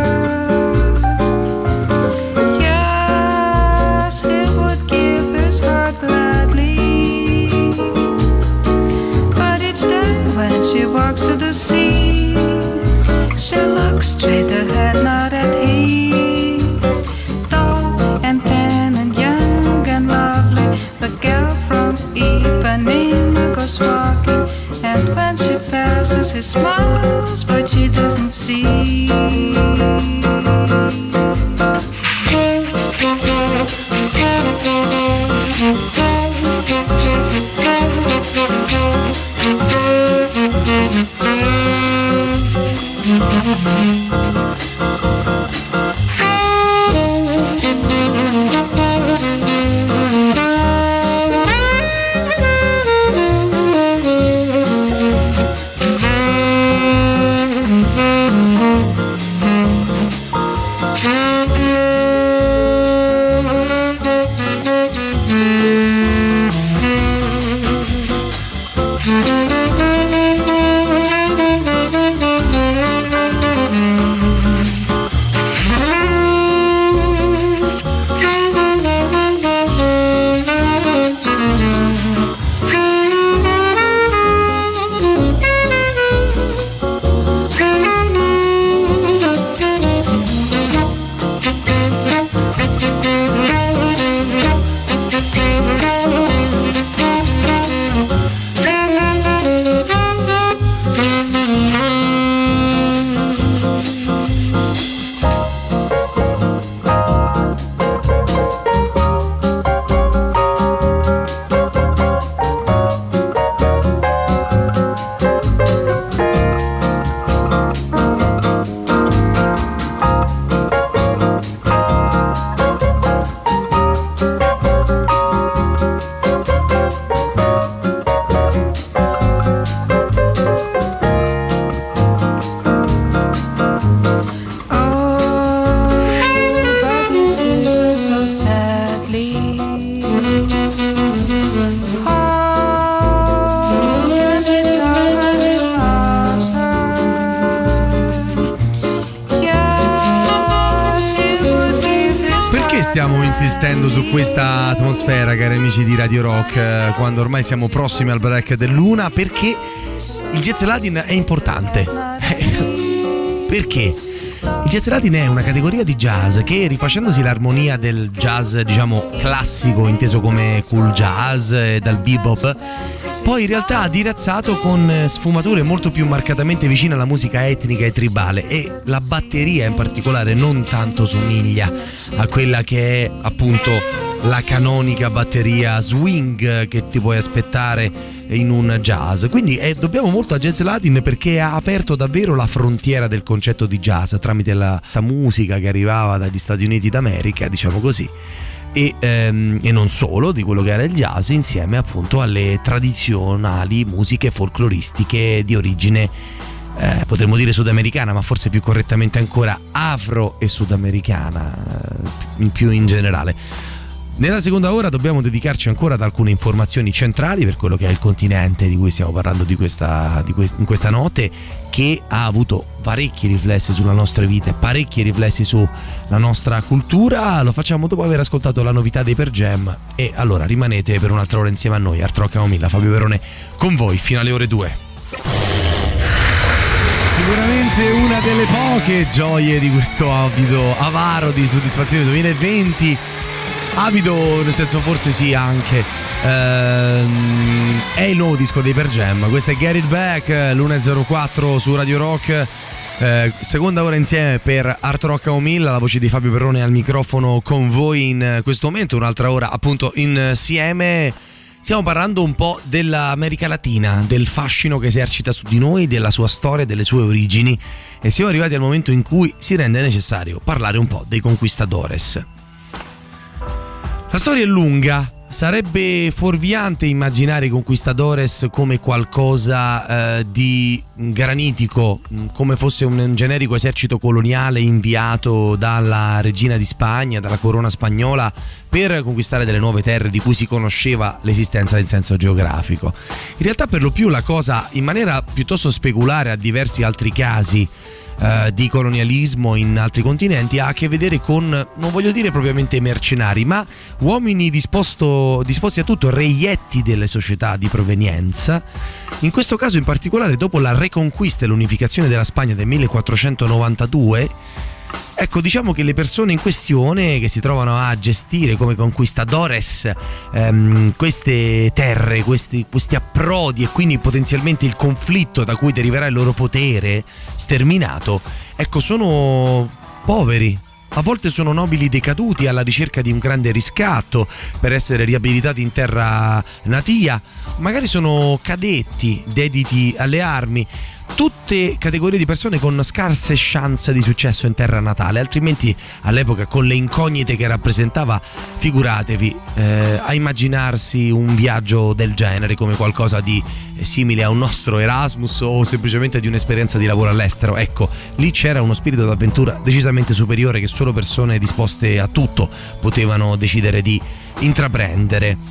insistendo su questa atmosfera, cari amici di Radio Rock, quando ormai siamo prossimi al break dell'una, perché il jazz latin è importante. Perché? Il jazz latin è una categoria di jazz che, rifacendosi l'armonia del jazz, diciamo, classico, inteso come cool jazz e dal bebop, poi in realtà ha dirazzato con sfumature molto più marcatamente vicine alla musica etnica e tribale, e la batteria in particolare non tanto somiglia a quella che è appunto la canonica batteria swing che ti puoi aspettare in un jazz. Quindi dobbiamo molto a jazz latin, perché ha aperto davvero la frontiera del concetto di jazz tramite la musica che arrivava dagli Stati Uniti d'America, diciamo così, e non solo di quello che era il jazz, insieme appunto alle tradizionali musiche folcloristiche di origine potremmo dire sudamericana, ma forse più correttamente ancora afro e sudamericana, più in generale. Nella seconda ora dobbiamo dedicarci ancora ad alcune informazioni centrali per quello che è il continente di cui stiamo parlando in questa notte, che ha avuto parecchi riflessi sulla nostra vita e parecchi riflessi sulla nostra cultura. Lo facciamo dopo aver ascoltato la novità dei Pearl Jam, e allora rimanete per un'altra ora insieme a noi. Art Rock Camomilla, Fabio Perone con voi fino alle ore 2. Sicuramente una delle poche gioie di questo avaro di soddisfazione 2020. Avido, nel senso, forse sì, anche è il nuovo disco dei Pearl Jam. Questo è Get It Back, l'1.04 su Radio Rock. Seconda ora insieme per Art Rock Camomilla, la voce di Fabio Perrone al microfono con voi in questo momento. Un'altra ora appunto insieme. Stiamo parlando un po' dell'America Latina, del fascino che esercita su di noi, della sua storia, delle sue origini, e siamo arrivati al momento in cui si rende necessario parlare un po' dei conquistadores. La storia è lunga, sarebbe fuorviante immaginare i conquistadores come qualcosa di granitico, come fosse un generico esercito coloniale inviato dalla regina di Spagna, dalla corona spagnola, per conquistare delle nuove terre di cui si conosceva l'esistenza in senso geografico. In realtà per lo più la cosa, in maniera piuttosto speculare a diversi altri casi di colonialismo in altri continenti, ha a che vedere con, non voglio dire propriamente mercenari, ma uomini disposti a tutto, reietti delle società di provenienza. In questo caso in particolare, dopo la reconquista e l'unificazione della Spagna del 1492, ecco, diciamo che le persone in questione, che si trovano a gestire come conquistadores queste terre, questi approdi, e quindi potenzialmente il conflitto da cui deriverà il loro potere sterminato, ecco, sono poveri. A volte sono nobili decaduti alla ricerca di un grande riscatto per essere riabilitati in terra natia, magari sono cadetti dediti alle armi. Tutte categorie di persone con scarse chance di successo in terra natale, altrimenti all'epoca, con le incognite che rappresentava, figuratevi a immaginarsi un viaggio del genere come qualcosa di simile a un nostro Erasmus o semplicemente di un'esperienza di lavoro all'estero. Ecco, lì c'era uno spirito d'avventura decisamente superiore che solo persone disposte a tutto potevano decidere di intraprendere.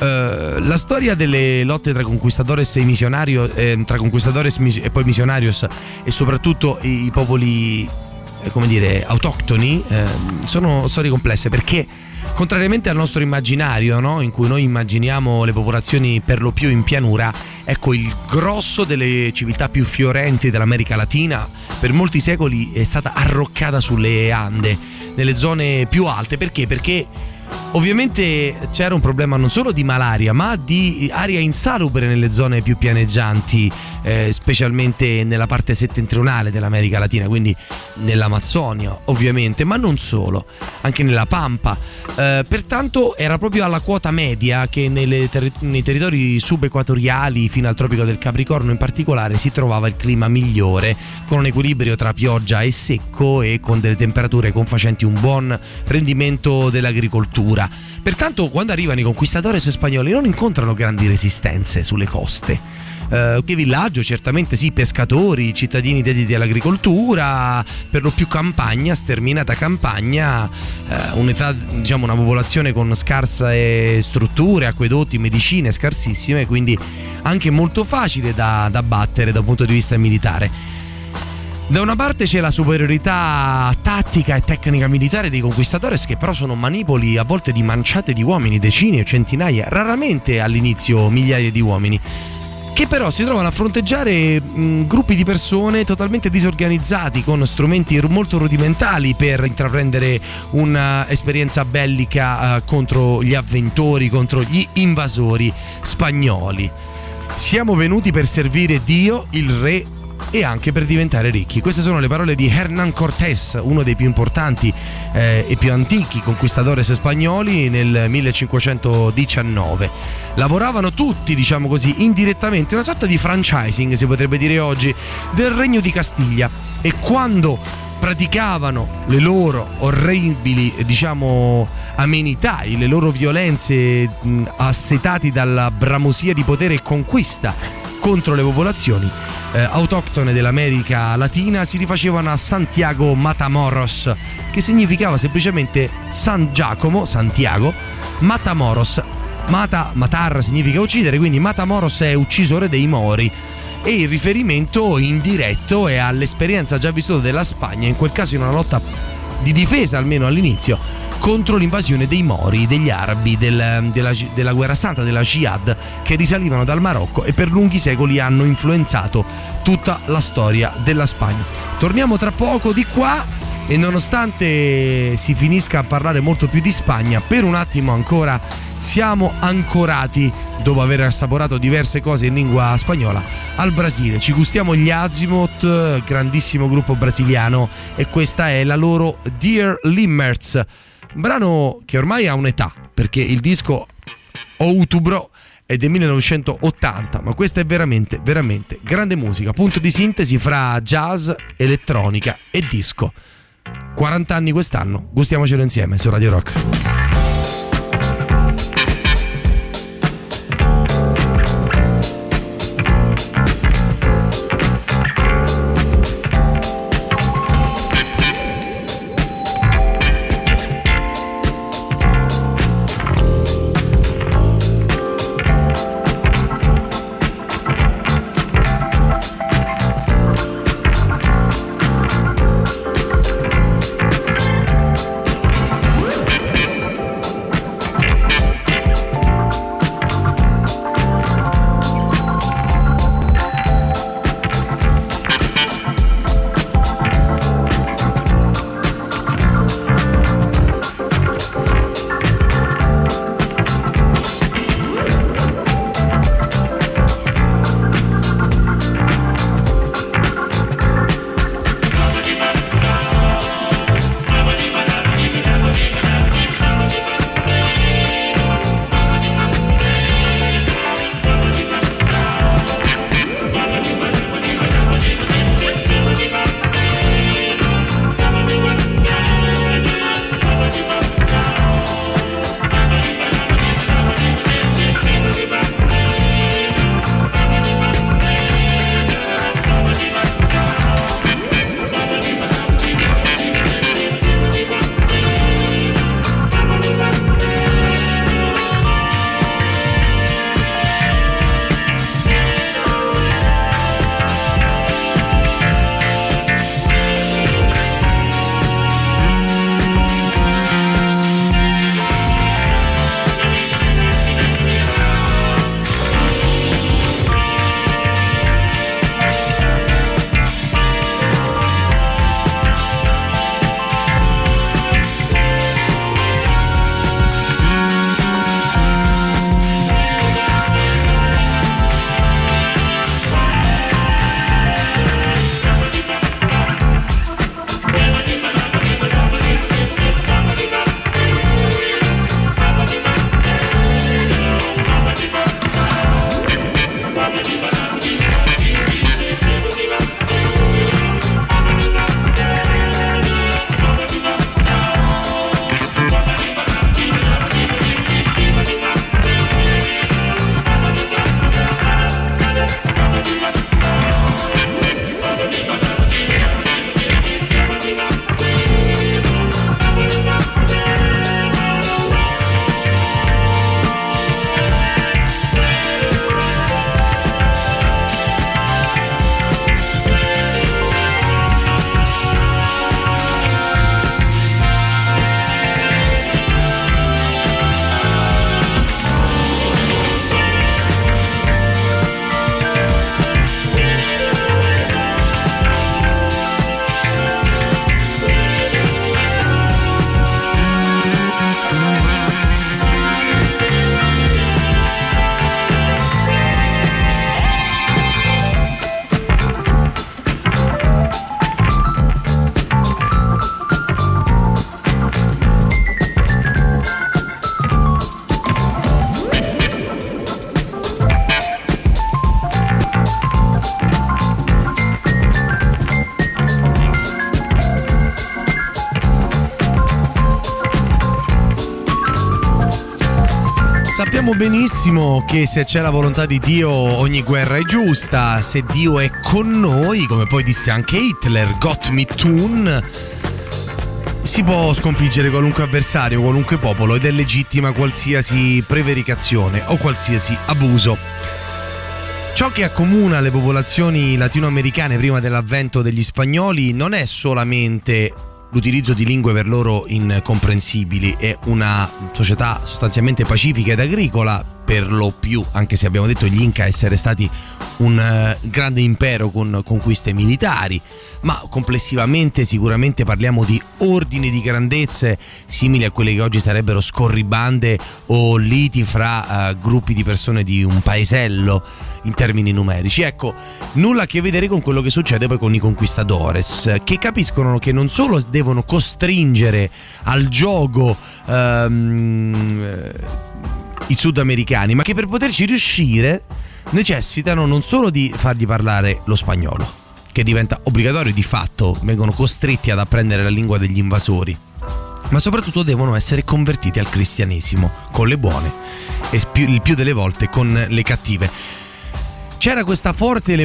La storia delle lotte tra conquistadores e missionario, tra conquistadores e poi missionarios, e soprattutto i popoli, come dire, autoctoni, sono storie complesse, perché contrariamente al nostro immaginario, no? In cui noi immaginiamo le popolazioni per lo più in pianura, ecco, il grosso delle civiltà più fiorenti dell'America Latina per molti secoli è stata arroccata sulle Ande, nelle zone più alte. Perché? Perché ovviamente c'era un problema non solo di malaria, ma di aria insalubre nelle zone più pianeggianti, specialmente nella parte settentrionale dell'America Latina, quindi nell'Amazzonia ovviamente, ma non solo, anche nella Pampa. Pertanto era proprio alla quota media che nei territori subequatoriali fino al tropico del Capricorno in particolare si trovava il clima migliore, con un equilibrio tra pioggia e secco e con delle temperature confacenti un buon rendimento dell'agricoltura. Pertanto quando arrivano i conquistadores spagnoli non incontrano grandi resistenze sulle coste. Che villaggio? Certamente sì, pescatori, cittadini dediti all'agricoltura, per lo più campagna, sterminata campagna, un'età, diciamo, una popolazione con scarse strutture, acquedotti, medicine scarsissime, quindi anche molto facile da battere da un punto di vista militare. Da una parte c'è la superiorità tattica e tecnica militare dei conquistadores, che però sono manipoli a volte di manciate di uomini, decine o centinaia, raramente all'inizio migliaia di uomini, che però si trovano a fronteggiare gruppi di persone totalmente disorganizzati, con strumenti molto rudimentali per intraprendere un'esperienza bellica contro gli avventori, contro gli invasori spagnoli. Siamo venuti per servire Dio, il re, e anche per diventare ricchi. Queste sono le parole di Hernán Cortés, uno dei più importanti e più antichi conquistadores spagnoli nel 1519. Lavoravano tutti, diciamo così, indirettamente, una sorta di franchising, si potrebbe dire oggi, del Regno di Castiglia, e quando praticavano le loro orribili, diciamo, amenità, le loro violenze, assetati dalla bramosia di potere e conquista contro le popolazioni autoctone dell'America Latina, si rifacevano a Santiago Matamoros, che significava semplicemente San Giacomo, Santiago, Matamoros. Matar significa uccidere, quindi Matamoros è uccisore dei Mori, e il riferimento indiretto è all'esperienza già vissuta della Spagna, in quel caso in una lotta di difesa, almeno all'inizio, contro l'invasione dei Mori, degli arabi, della guerra santa, della Jihad, che risalivano dal Marocco e per lunghi secoli hanno influenzato tutta la storia della Spagna. Torniamo tra poco di qua, e nonostante si finisca a parlare molto più di Spagna, per un attimo ancora siamo ancorati, dopo aver assaporato diverse cose in lingua spagnola, al Brasile. Ci gustiamo gli Azimuth, grandissimo gruppo brasiliano, e questa è la loro Dear Limmerz, brano che ormai ha un'età, perché il disco Outubro è del 1980, ma questa è veramente, veramente grande musica, punto di sintesi fra jazz, elettronica e disco. 40 anni quest'anno, gustiamocelo insieme su Radio Rock. Sappiamo benissimo che se c'è la volontà di Dio ogni guerra è giusta, se Dio è con noi, come poi disse anche Hitler, Gott mit tun, si può sconfiggere qualunque avversario, qualunque popolo ed è legittima qualsiasi prevaricazione o qualsiasi abuso. Ciò che accomuna le popolazioni latinoamericane prima dell'avvento degli spagnoli non è solamente l'utilizzo di lingue per loro incomprensibili, è una società sostanzialmente pacifica ed agricola per lo più, anche se abbiamo detto gli Inca essere stati un grande impero con conquiste militari, ma complessivamente sicuramente parliamo di ordini di grandezze simili a quelle che oggi sarebbero scorribande o liti fra gruppi di persone di un paesello in termini numerici. Ecco, nulla a che vedere con quello che succede poi con i conquistadores, che capiscono che non solo devono costringere al giogo i sudamericani, ma che per poterci riuscire necessitano non solo di fargli parlare lo spagnolo, che diventa obbligatorio di fatto, vengono costretti ad apprendere la lingua degli invasori, ma soprattutto devono essere convertiti al cristianesimo, con le buone e il più delle volte con le cattive. C'era questa forte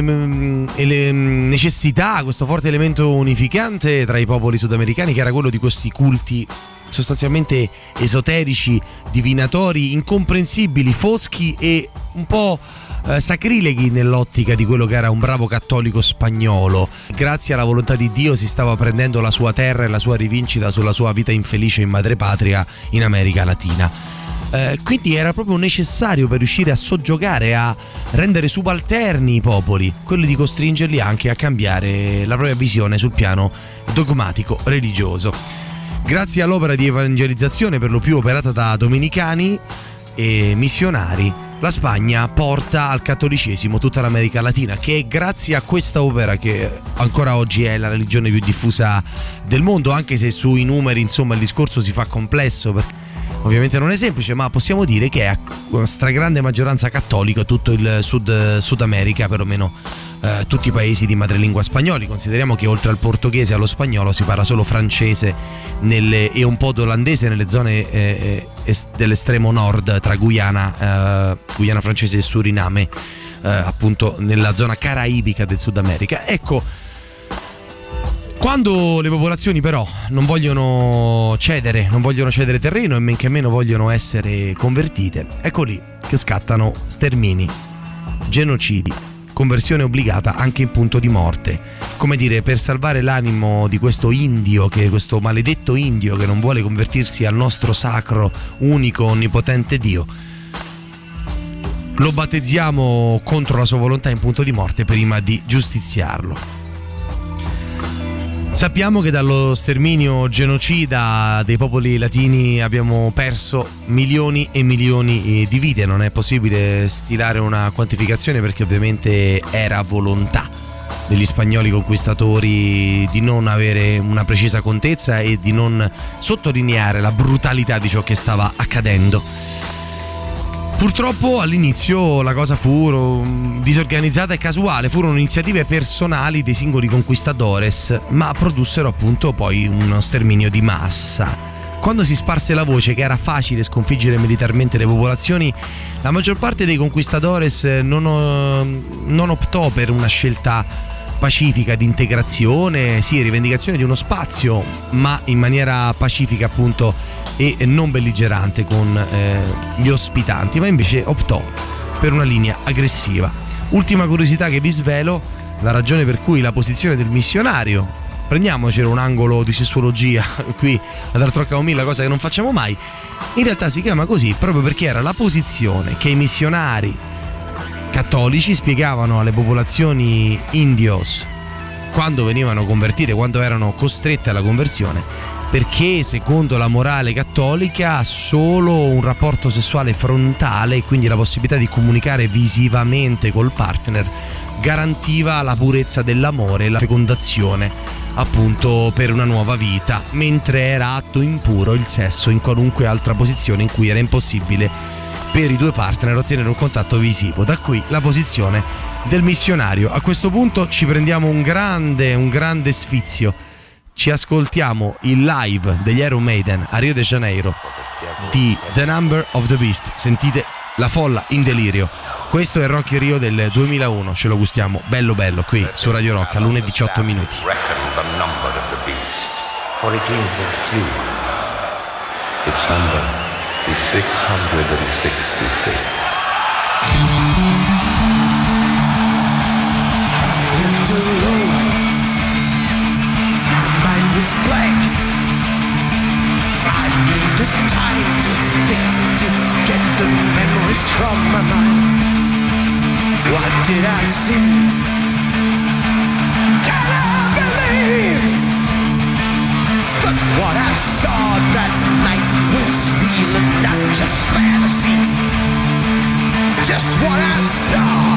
necessità, questo forte elemento unificante tra i popoli sudamericani, che era quello di questi culti sostanzialmente esoterici, divinatori, incomprensibili, foschi e un po' sacrileghi nell'ottica di quello che era un bravo cattolico spagnolo. Grazie alla volontà di Dio si stava prendendo la sua terra e la sua rivincita sulla sua vita infelice in madrepatria in America Latina. Quindi era proprio necessario, per riuscire a soggiogare, a rendere subalterni i popoli, quello di costringerli anche a cambiare la propria visione sul piano dogmatico religioso. Grazie all'opera di evangelizzazione per lo più operata da domenicani e missionari, la Spagna porta al cattolicesimo tutta l'America Latina, che è grazie a questa opera che ancora oggi è la religione più diffusa del mondo, anche se sui numeri insomma il discorso si fa complesso, perché ovviamente non è semplice, ma possiamo dire che è una stragrande maggioranza cattolica tutto il Sud America, perlomeno tutti i paesi di madrelingua spagnoli. Consideriamo che oltre al portoghese e allo spagnolo si parla solo francese e un po' d'olandese nelle zone dell'estremo nord, tra Guyana francese e Suriname, appunto nella zona caraibica del Sud America. Ecco, quando le popolazioni però non vogliono cedere terreno e men che meno vogliono essere convertite, ecco lì che scattano stermini, genocidi, conversione obbligata anche in punto di morte. Come dire, per salvare l'animo di questo maledetto indio che non vuole convertirsi al nostro sacro, unico, onnipotente Dio, lo battezziamo contro la sua volontà in punto di morte prima di giustiziarlo. Sappiamo che dallo sterminio genocida dei popoli latini abbiamo perso milioni e milioni di vite. Non è possibile stilare una quantificazione, perché ovviamente era volontà degli spagnoli conquistatori di non avere una precisa contezza e di non sottolineare la brutalità di ciò che stava accadendo. Purtroppo all'inizio la cosa fu disorganizzata e casuale, furono iniziative personali dei singoli conquistadores, ma produssero appunto poi uno sterminio di massa. Quando si sparse la voce che era facile sconfiggere militarmente le popolazioni, la maggior parte dei conquistadores non optò per una scelta pacifica di integrazione, sì, rivendicazione di uno spazio, ma in maniera pacifica appunto e non belligerante con gli ospitanti, ma invece optò per una linea aggressiva. Ultima curiosità che vi svelo: la ragione per cui la posizione del missionario, prendiamocelo un angolo di sessuologia qui ad Art Rock Camomilla, cosa che non facciamo mai, in realtà si chiama così proprio perché era la posizione che i missionari cattolici spiegavano alle popolazioni indios quando venivano convertite, quando erano costrette alla conversione, perché secondo la morale cattolica solo un rapporto sessuale frontale, e quindi la possibilità di comunicare visivamente col partner, garantiva la purezza dell'amore e la fecondazione appunto per una nuova vita, mentre era atto impuro il sesso in qualunque altra posizione in cui era impossibile per i due partner ottenere un contatto visivo. Da qui la posizione del missionario. A questo punto ci prendiamo un grande sfizio. Ci ascoltiamo il live degli Iron Maiden a Rio de Janeiro di The Number of the Beast. Sentite La folla in delirio. Questo è Rock in Rio del 2001, ce lo gustiamo bello bello qui su Radio Rock all'1:18 minuti. For it is a few. It's number the 666. I left alone. My mind was blank. I needed time to think, to get the memories from my mind. What did I see? Can I believe that what I saw that night was real and not just fantasy? Just what I saw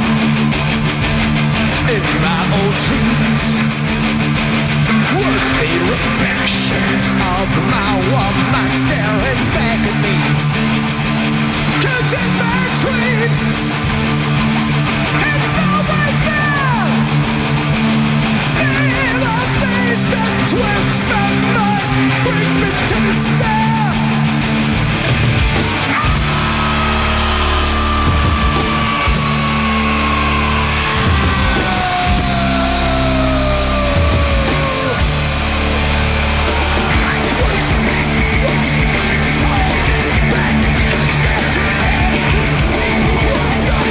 in my old dreams were the reflections of my woman staring back at me. 'Cause in my dreams it's always there. In the things that twists my mind, brings me to despair. Stop.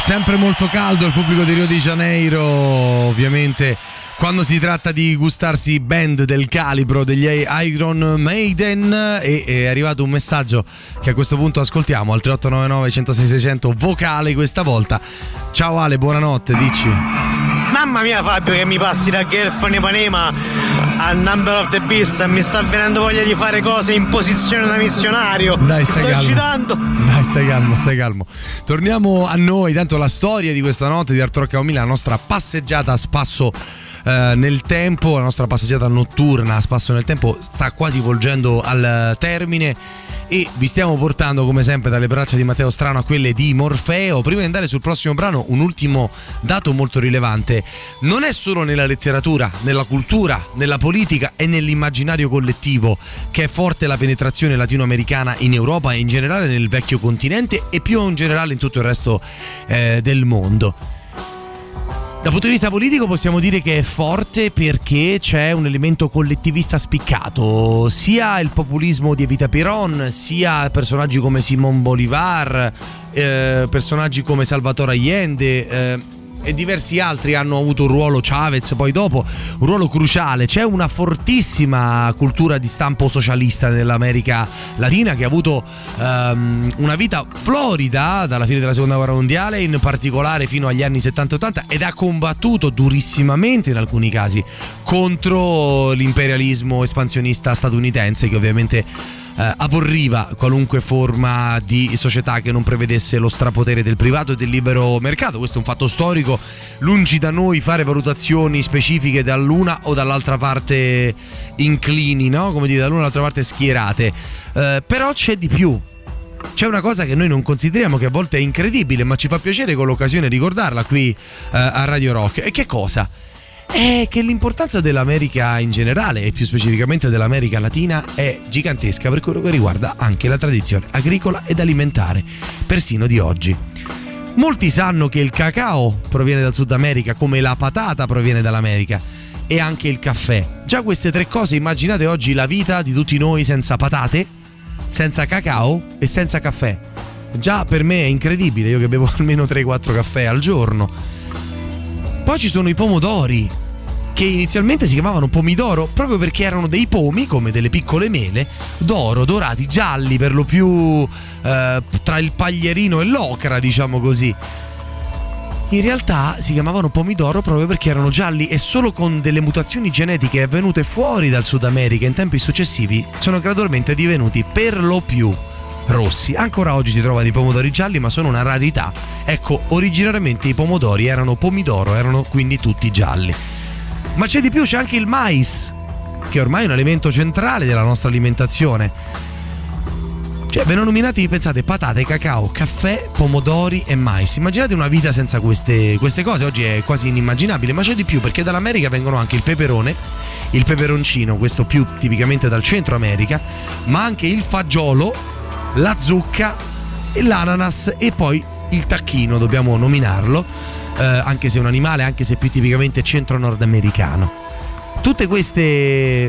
Sempre molto caldo il pubblico di Rio de Janeiro, ovviamente quando si tratta di gustarsi band del calibro degli Iron Maiden. E è arrivato un messaggio che a questo punto ascoltiamo al 3899 106 600, vocale questa volta. Ciao Ale, buonanotte, dici. Mamma mia Fabio, che mi passi da Girl from Ipanema a Number of the Beast, mi sta venendo voglia di fare cose in posizione da missionario. Dai, stai sto calmo. eccitando. Dai, stai calmo. Torniamo a noi, tanto la storia di questa notte di Art Rock Camomilla, la nostra passeggiata a spasso nel tempo, la nostra passeggiata notturna a spasso nel tempo sta quasi volgendo al termine e vi stiamo portando come sempre dalle braccia di Matteo Strano a quelle di Morfeo. Prima di andare sul prossimo brano, un ultimo dato molto rilevante: non è solo nella letteratura, nella cultura, nella politica e nell'immaginario collettivo che è forte la penetrazione latinoamericana in Europa e in generale nel vecchio continente e più in generale in tutto il resto del mondo. Dal punto di vista politico possiamo dire che è forte perché c'è un elemento collettivista spiccato, sia il populismo di Evita Perón, sia personaggi come Simón Bolívar, personaggi come Salvador Allende e diversi altri hanno avuto un ruolo, Chavez poi dopo, un ruolo cruciale. C'è una fortissima cultura di stampo socialista nell'America Latina che ha avuto una vita florida dalla fine della seconda guerra mondiale, in particolare fino agli anni 70-80, ed ha combattuto durissimamente in alcuni casi contro l'imperialismo espansionista statunitense, che ovviamente aborriva qualunque forma di società che non prevedesse lo strapotere del privato e del libero mercato. Questo è un fatto storico, lungi da noi fare valutazioni specifiche dall'una o dall'altra parte inclini, no? Come dire, dall'una o dall'altra parte schierate, però c'è di più. C'è una cosa che noi non consideriamo, che a volte è incredibile, ma ci fa piacere con l'occasione ricordarla qui a Radio Rock. E che cosa? È che l'importanza dell'America in generale e più specificamente dell'America Latina è gigantesca per quello che riguarda anche la tradizione agricola ed alimentare, persino di oggi. Molti sanno che il cacao proviene dal Sud America, come la patata proviene dall'America, e anche il caffè. Già queste tre cose, immaginate oggi la vita di tutti noi senza patate, senza cacao e senza caffè. Già per me è incredibile, io che bevo almeno 3-4 caffè al giorno. Poi ci sono i pomodori, che inizialmente si chiamavano pomidoro proprio perché erano dei pomi, come delle piccole mele, d'oro, dorati, gialli per lo più, tra il paglierino e l'ocra, diciamo così. In realtà si chiamavano pomidoro proprio perché erano gialli, e solo con delle mutazioni genetiche avvenute fuori dal Sud America in tempi successivi sono gradualmente divenuti per lo più rossi. Ancora oggi si trovano i pomodori gialli, ma sono una rarità. Ecco, originariamente i pomodori erano pomidoro, erano quindi tutti gialli. Ma c'è di più, c'è anche il mais, che ormai è un elemento centrale della nostra alimentazione. Cioè, vengono nominati, pensate, patate, cacao, caffè, pomodori e mais. Immaginate una vita senza queste cose, oggi è quasi inimmaginabile. Ma c'è di più, perché dall'America vengono anche il peperone, il peperoncino, questo più tipicamente dal Centro America, ma anche il fagiolo, la zucca e l'ananas, e poi il tacchino, dobbiamo nominarlo, anche se è un animale, anche se più tipicamente centro-nordamericano. Tutte queste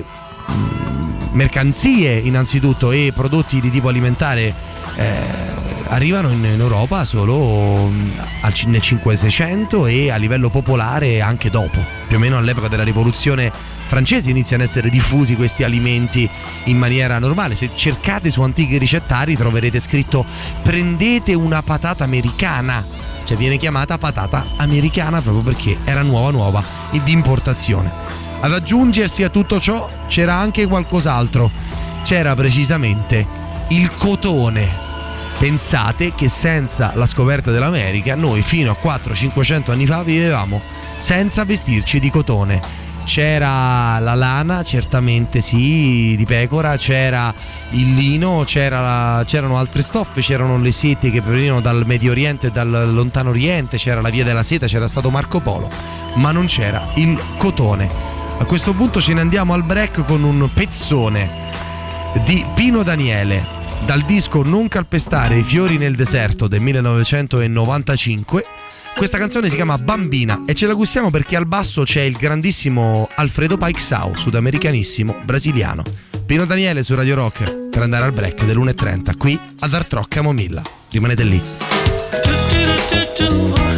mercanzie innanzitutto e prodotti di tipo alimentare arrivano in Europa solo nel 500-600 e a livello popolare anche dopo, più o meno all'epoca della rivoluzione francesi iniziano ad essere diffusi questi alimenti in maniera normale. Se cercate su antichi ricettari troverete scritto prendete una patata americana, cioè viene chiamata patata americana proprio perché era nuova di importazione. Ad aggiungersi a tutto ciò c'era anche qualcos'altro, c'era precisamente il cotone. Pensate che senza la scoperta dell'America noi fino a 400-500 anni fa vivevamo senza vestirci di cotone. C'era la lana, certamente sì, di pecora, c'era il lino, c'erano altre stoffe, c'erano le sete che provenivano dal Medio Oriente e dal Lontano Oriente, c'era la via della seta, c'era stato Marco Polo, ma non c'era il cotone. A questo punto ce ne andiamo al break con un pezzone di Pino Daniele dal disco Non calpestare i fiori nel deserto del 1995. Questa canzone si chiama Bambina e ce la gustiamo perché al basso c'è il grandissimo Alfredo Paixão, sudamericanissimo brasiliano. Pino Daniele su Radio Rock per andare al break dell'1:30 qui ad Art Rock Camomilla. Rimanete lì.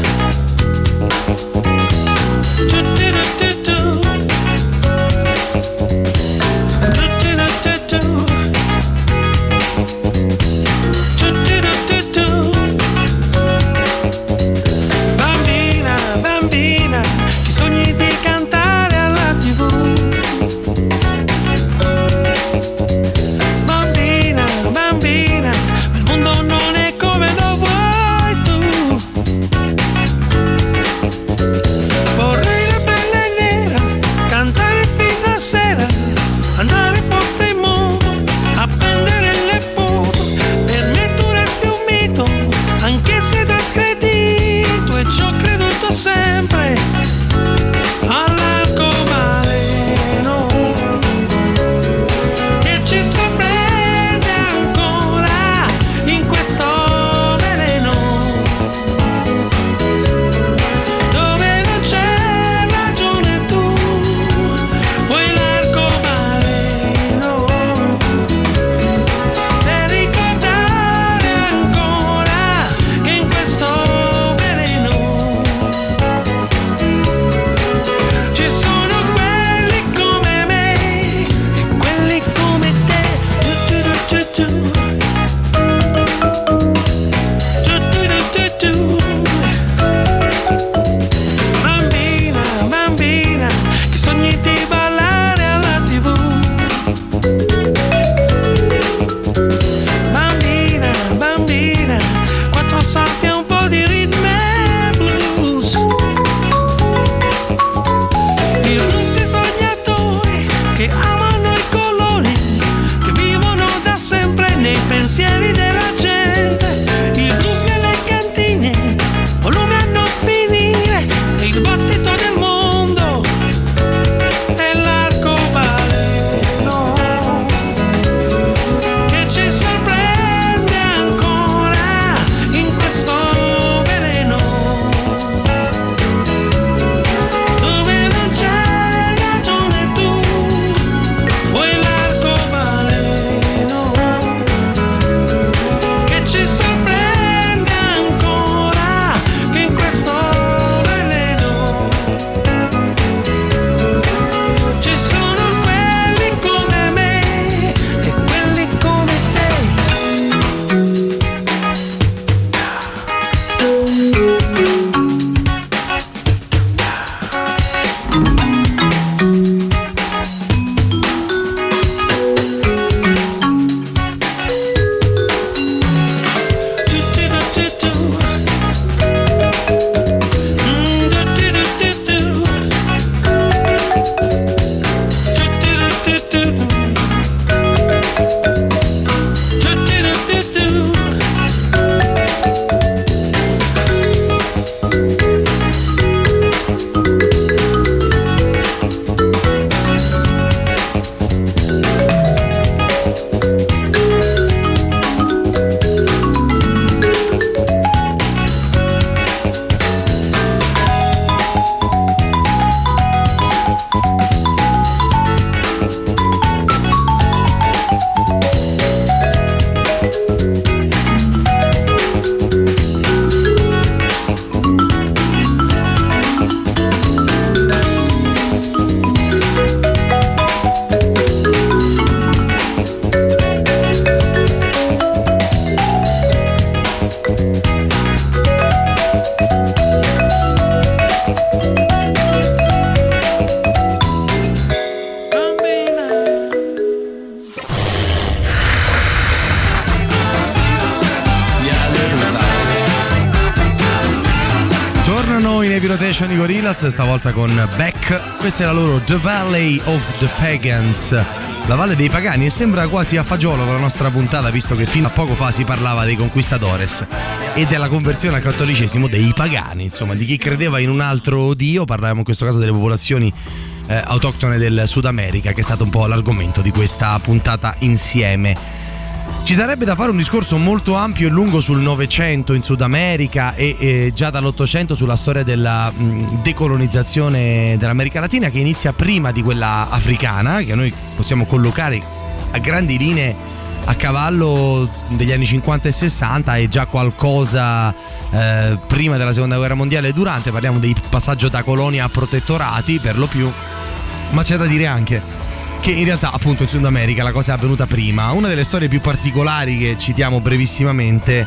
Tornano in Heavy Rotation i Gorillaz, stavolta con Beck. Questa è la loro The Valley of the Pagans, la Valle dei Pagani, e sembra quasi a fagiolo con la nostra puntata, visto che fino a poco fa si parlava dei conquistadores e della conversione al cattolicesimo dei pagani, insomma di chi credeva in un altro dio. Parlavamo in questo caso delle popolazioni autoctone del Sud America, che è stato un po' l'argomento di questa puntata insieme. Ci sarebbe da fare un discorso molto ampio e lungo sul Novecento in Sud America e già dall'Ottocento sulla storia della decolonizzazione dell'America Latina, che inizia prima di quella africana, che noi possiamo collocare a grandi linee a cavallo degli anni 50 e 60 e già qualcosa prima della Seconda Guerra Mondiale e durante. Parliamo del passaggio da colonia a protettorati per lo più, ma c'è da dire anche che in realtà appunto in Sud America la cosa è avvenuta prima. Una delle storie più particolari che citiamo brevissimamente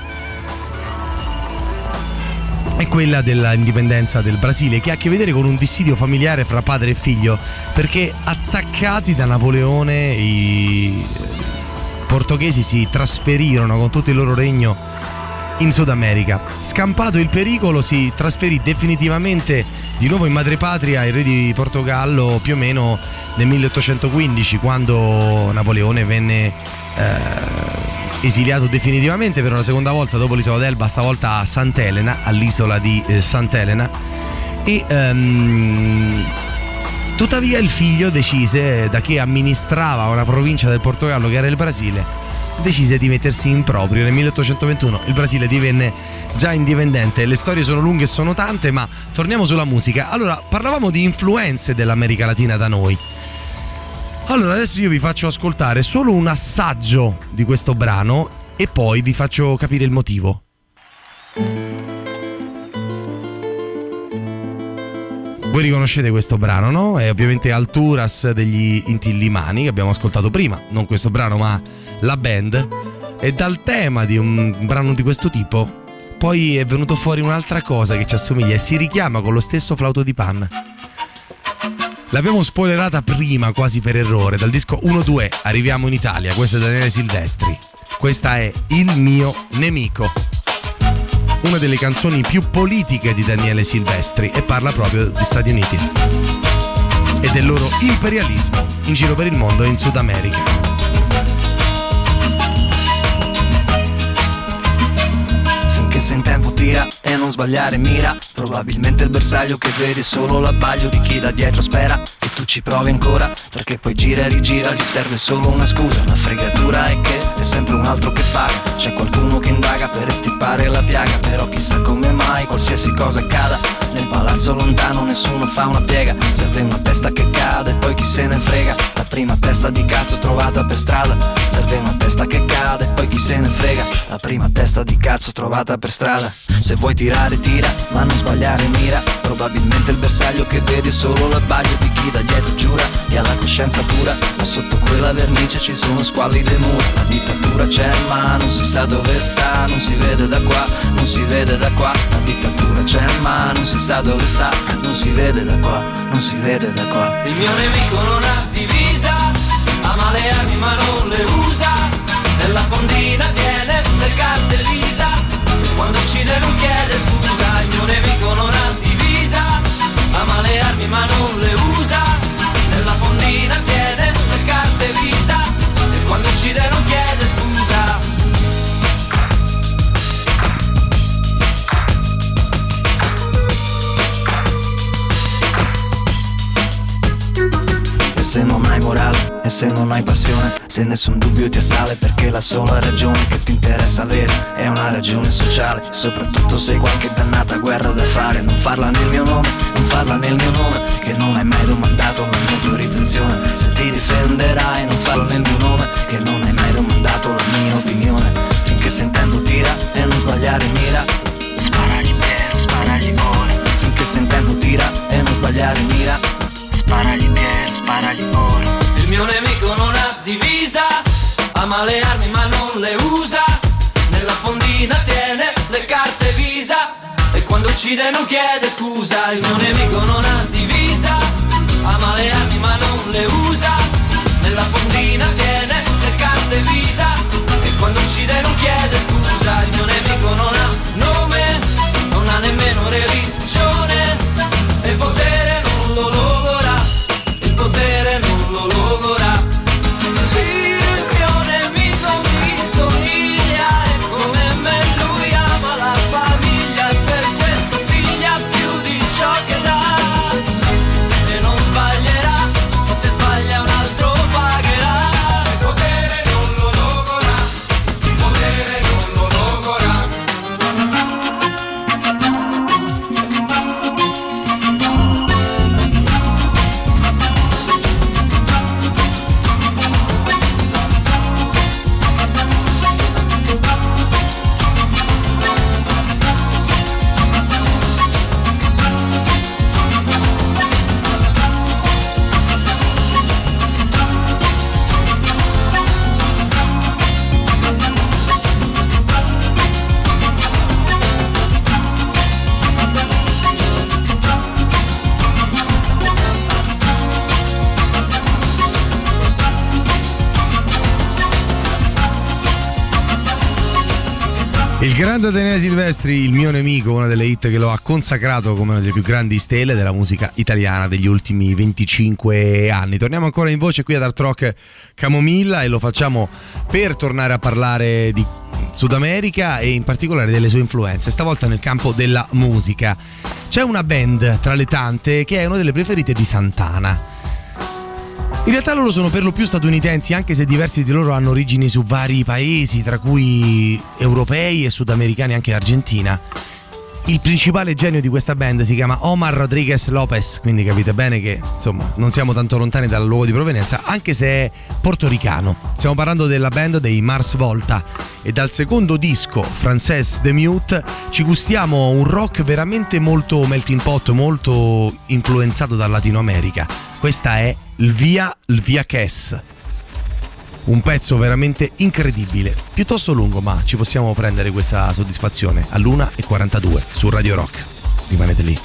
è quella dell'indipendenza del Brasile, che ha a che vedere con un dissidio familiare fra padre e figlio, perché attaccati da Napoleone i portoghesi si trasferirono con tutto il loro regno in Sud America. Scampato il pericolo, si trasferì definitivamente di nuovo in madrepatria il re di Portogallo più o meno nel 1815, quando Napoleone venne esiliato definitivamente per una seconda volta dopo l'isola d'Elba, stavolta a Sant'Elena, all'isola di Sant'Elena. E tuttavia il figlio decise, da che amministrava una provincia del Portogallo che era il Brasile, decise di mettersi in proprio. Nel 1821 il Brasile divenne già indipendente. Le storie sono lunghe e sono tante, ma torniamo sulla musica. Allora, parlavamo di influenze dell'America Latina da noi. Allora, adesso io vi faccio ascoltare solo un assaggio di questo brano e poi vi faccio capire il motivo. Voi riconoscete questo brano, no? È ovviamente Alturas degli Inti Illimani, che abbiamo ascoltato prima. Non questo brano, ma la band. E dal tema di un brano di questo tipo poi è venuto fuori un'altra cosa che ci assomiglia e si richiama con lo stesso flauto di Pan. L'abbiamo spoilerata prima, quasi per errore. Dal disco 1-2 arriviamo in Italia. Questo è Daniele Silvestri. Questa è Il mio nemico, una delle canzoni più politiche di Daniele Silvestri, e parla proprio di Stati Uniti e del loro imperialismo in giro per il mondo e in Sud America. Se in tempo tira e non sbagliare mira, probabilmente il bersaglio che vedi è solo l'abbaglio di chi da dietro spera che tu ci provi ancora, perché poi gira e rigira, gli serve solo una scusa. La fregatura è che è sempre un altro che paga, c'è qualcuno che indaga per estirpare la piaga, però chissà come mai qualsiasi cosa accada nel palazzo lontano nessuno fa una piega, serve una testa che cade e poi chi se ne frega, la prima testa di cazzo trovata per strada, serve una testa che cade e poi chi se ne frega, la prima testa di cazzo trovata per strada. Se vuoi tirare tira, ma non sbagliare mira, probabilmente il bersaglio che vedi è solo l'abbaglio di chi da dietro giura e ha la coscienza pura, ma sotto quella vernice ci sono squallide mura. La dittatura c'è ma non si sa dove sta, non si vede da qua, non si vede da qua. La dittatura c'è ma non si sa dove sta, non si vede da qua, non si vede da qua. Il mio nemico non ha divisa, ama le armi ma non le usa, nella fondina tiene le carte Visa, quando uccide non chiede scusa. Il mio nemico non ha divisa, ama le armi ma non le usa, nella fondina tiene le carte Visa, e quando uccide non chiede scusa. Se non hai morale e se non hai passione, se nessun dubbio ti assale, perché la sola ragione che ti interessa avere è una ragione sociale, soprattutto se hai qualche dannata guerra da fare. Non farla nel mio nome, non farla nel mio nome, che non hai mai domandato la mia autorizzazione. Se ti difenderai non farlo nel mio nome, che non hai mai domandato la mia opinione. Finché sentendo tira e non sbagliare mira, sparagli Piero, sparagli ora. Finché sentendo tira e non sbagliare mira, sparagli Piero, sparagli ora. Il mio nemico non ha divisa, ama le armi ma non le usa, nella fondina tiene le carte Visa, e quando uccide non chiede scusa. Il mio nemico non ha divisa, ama le armi ma non le usa, nella fondina tiene le carte Visa, e quando uccide non chiede scusa. Il mio nemico non ha nome, non ha nemmeno religione, Il grande Daniele Silvestri, Il mio nemico, una delle hit che lo ha consacrato come una delle più grandi stelle della musica italiana degli ultimi 25 anni. Torniamo ancora in voce qui ad Art Rock Camomilla e lo facciamo per tornare a parlare di Sud America e in particolare delle sue influenze, stavolta nel campo della musica. C'è una band tra le tante che è una delle preferite di Santana. In realtà loro sono per lo più statunitensi, anche se diversi di loro hanno origini su vari paesi, tra cui europei e sudamericani, anche Argentina. Il principale genio di questa band si chiama Omar Rodriguez Lopez, quindi capite bene che insomma non siamo tanto lontani dal luogo di provenienza, anche se è portoricano. Stiamo parlando della band dei Mars Volta e dal secondo disco, Frances the Mute, ci gustiamo un rock veramente molto melting pot, molto influenzato dal Latino America. Questa è il Via Kes. Un pezzo veramente incredibile, piuttosto lungo, ma ci possiamo prendere questa soddisfazione all'1:42 su Radio Rock. Rimanete lì.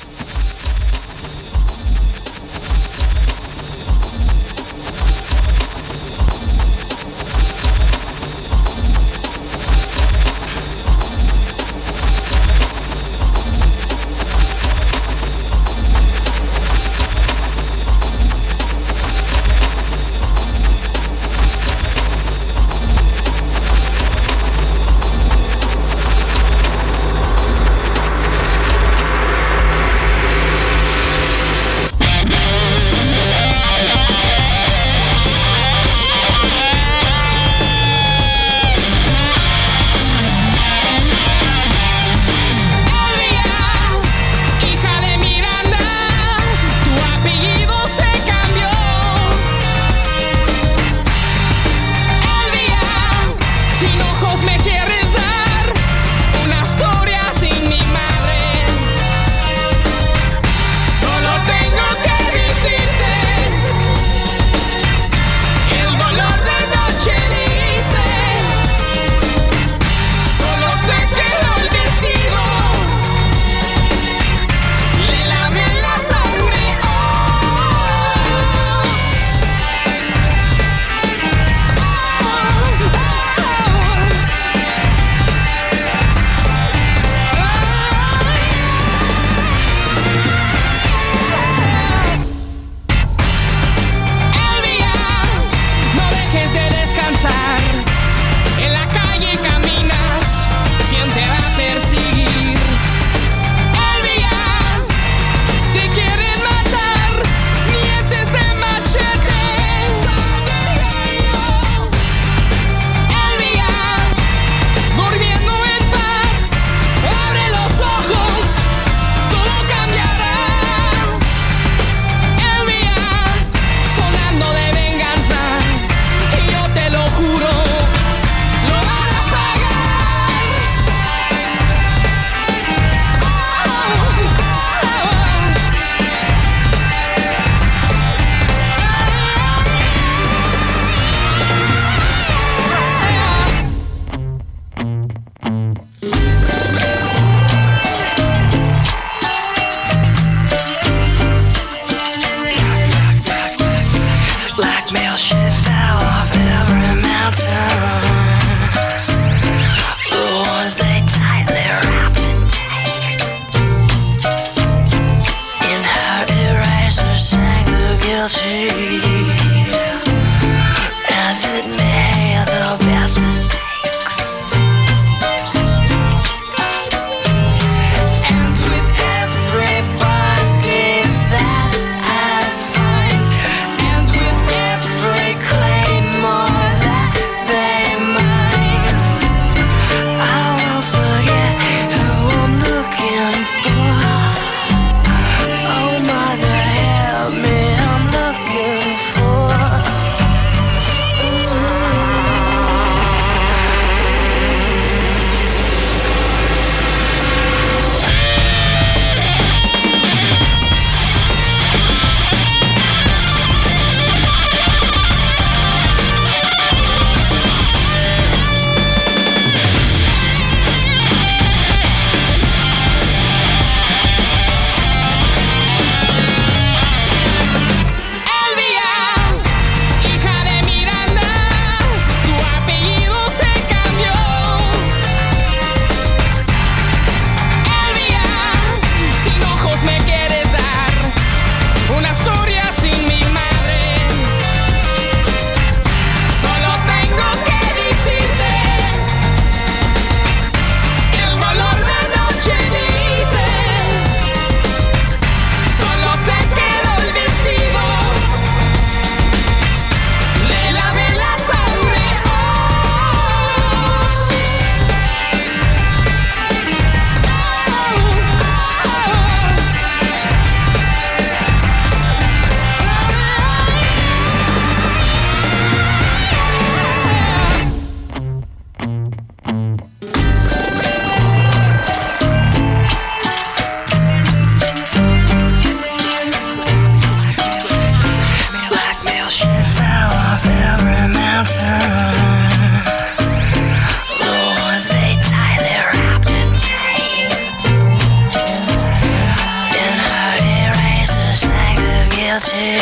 guilty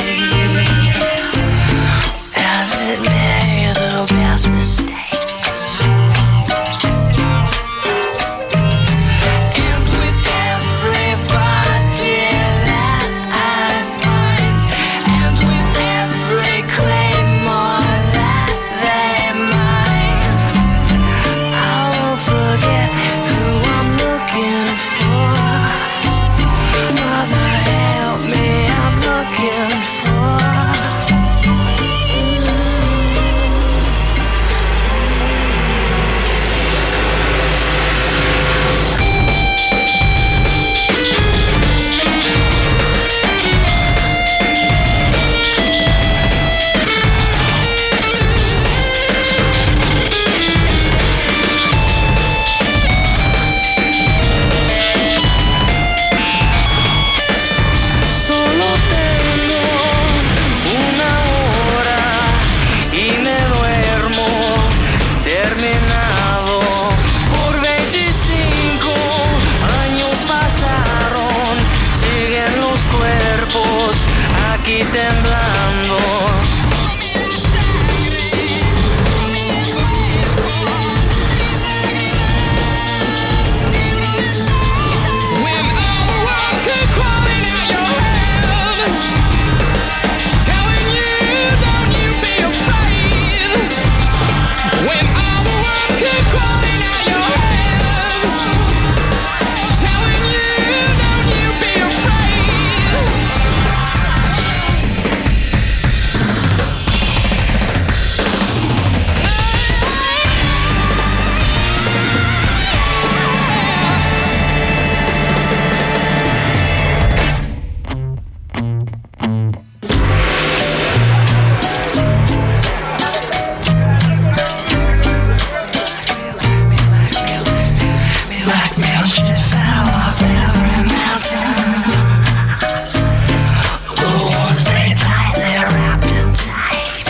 as it made the best mistakes. And with everybody that I find, and with every claymore that they mine, I won't forget who I'm looking for. Mother, help me, I'm looking for. Solo tengo una hora y me duermo terminado. Por 25 años pasaron, siguen los cuerpos aquí temblando. When all the world came crawling out your head, telling you don't you be afraid. When all the world came crawling out your head, telling you don't you be afraid. Black mountain fell off every mountain. The ones they tied, they're wrapped in tape.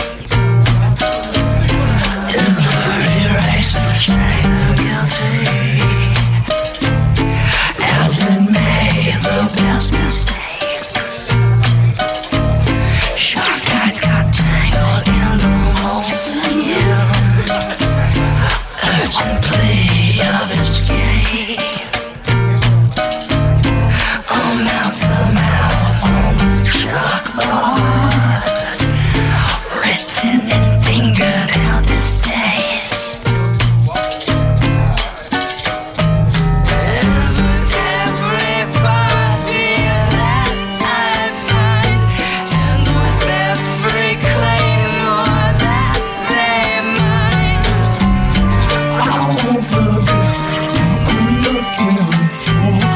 In blood erase the shame of guilty as they made the best mistakes. Shark guides got tangled in the mold's skin. Urgent plea of escape. On mouth to mouth on the chalkboard, written and fingered out his taste. And with everybody that I find, and with every claymore that they mine, I won't forget who I'm looking for.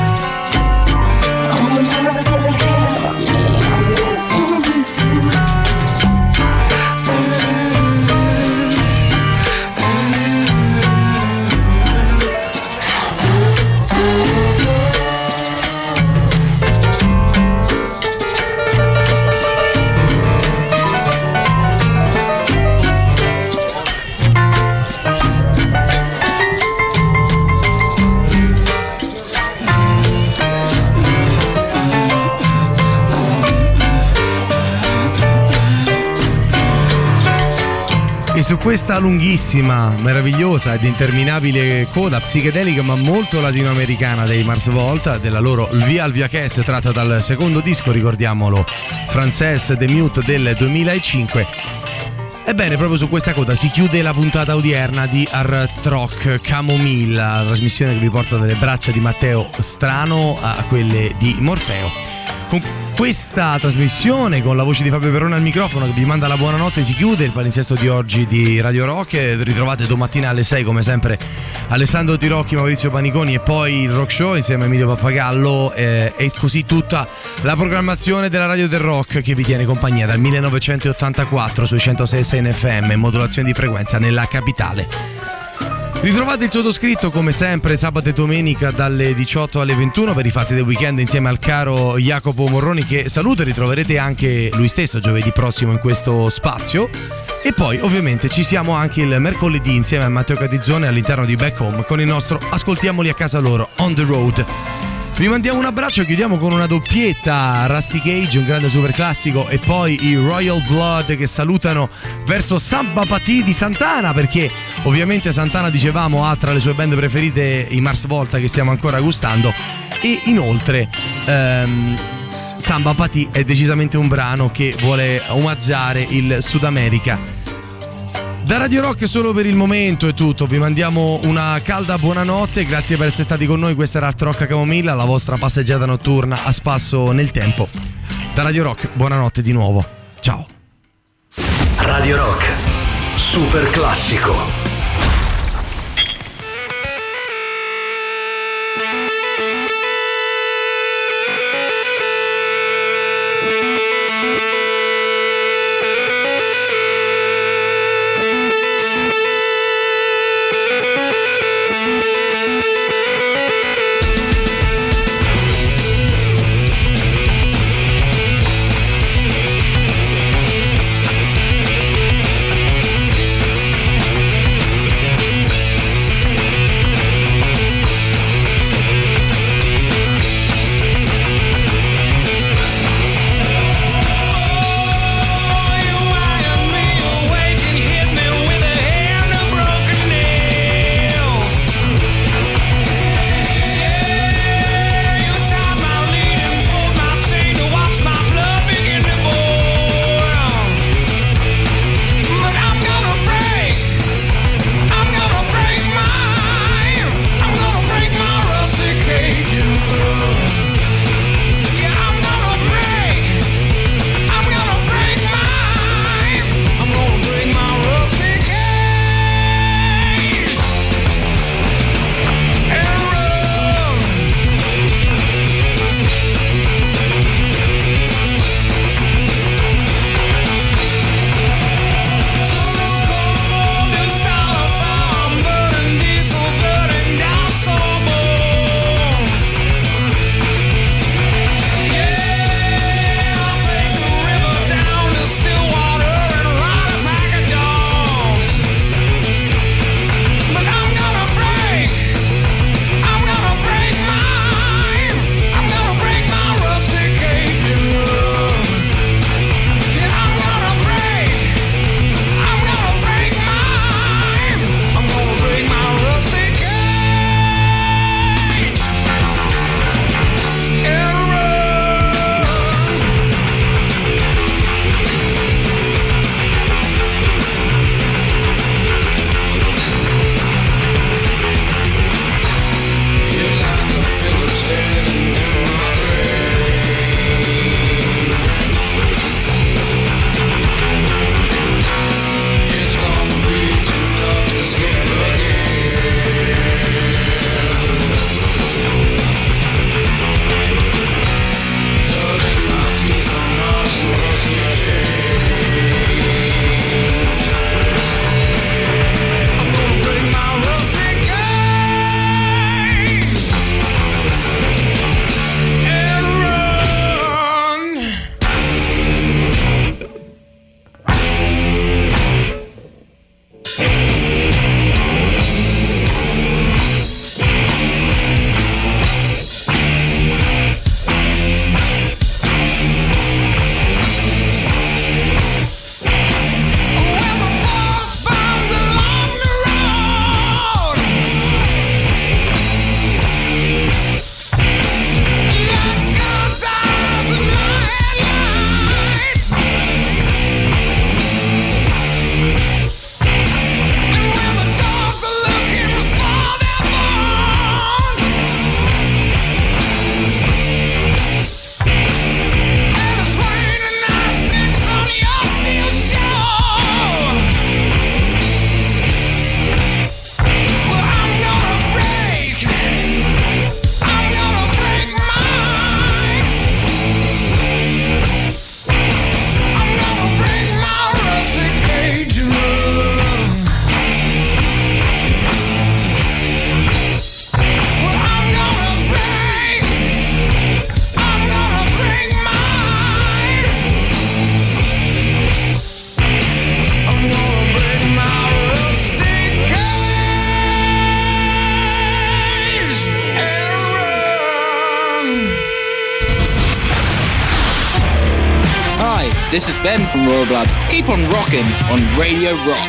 E su questa lunghissima, meravigliosa ed interminabile coda psichedelica ma molto latinoamericana dei Mars Volta, della loro Via al Viaches, tratta dal secondo disco, ricordiamolo, Frances The Mute del 2005. Ebbene, proprio su questa coda si chiude la puntata odierna di Art Rock Camomilla, la trasmissione che vi porta dalle braccia di Matteo Strano a quelle di Morfeo. Con questa trasmissione, con la voce di Fabio Perrone al microfono che vi manda la buonanotte, si chiude il palinsesto di oggi di Radio Rock. Ritrovate domattina alle 6 come sempre Alessandro Tirocchi, Maurizio Paniconi e poi il Rock Show insieme a Emilio Pappagallo, e così tutta la programmazione della Radio del Rock che vi tiene compagnia dal 1984 sui 106.6 in FM in modulazione di frequenza nella capitale. Ritrovate il sottoscritto come sempre sabato e domenica dalle 18 alle 21 per i fatti del weekend insieme al caro Jacopo Morroni, che saluto, e ritroverete anche lui stesso giovedì prossimo in questo spazio. E poi ovviamente ci siamo anche il mercoledì insieme a Matteo Catizzone all'interno di Back Home con il nostro Ascoltiamoli a casa loro, On The Road. Vi mandiamo un abbraccio, chiudiamo con una doppietta: Rusty Cage, un grande super classico, e poi i Royal Blood che salutano verso Samba Pati di Santana, perché ovviamente Santana, dicevamo, ha tra le sue band preferite i Mars Volta, che stiamo ancora gustando, e inoltre Samba Pati è decisamente un brano che vuole omaggiare il Sud America. Da Radio Rock solo per il momento è tutto, vi mandiamo una calda buonanotte, grazie per essere stati con noi. Questa era Art Rock Camomilla, la vostra passeggiata notturna a spasso nel tempo. Da Radio Rock, buonanotte di nuovo, ciao. Radio Rock, super classico. Hi, this is Ben from Royal Blood. Keep on rocking on Radio Rock.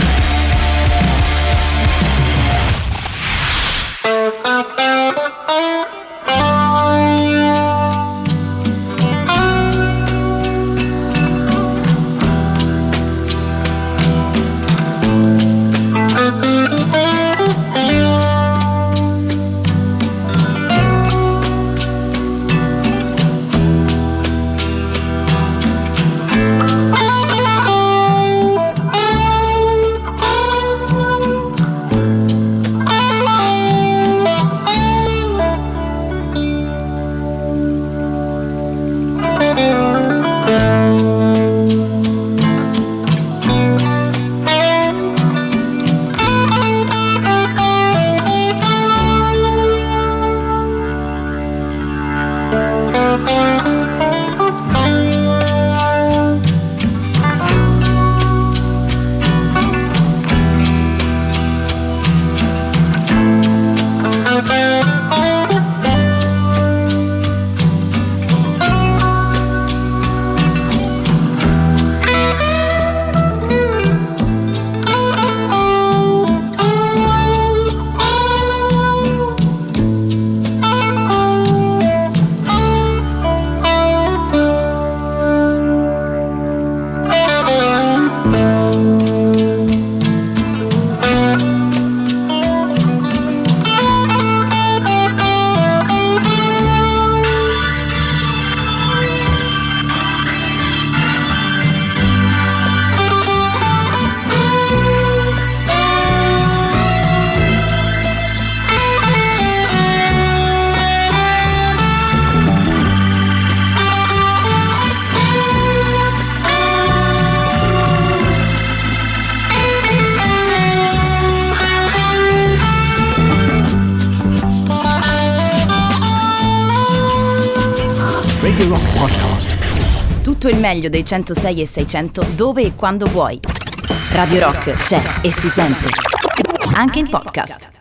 Radio Rock Podcast. Tutto il meglio dei 106 e 600 dove e quando vuoi. Radio Rock c'è e si sente. Anche in podcast.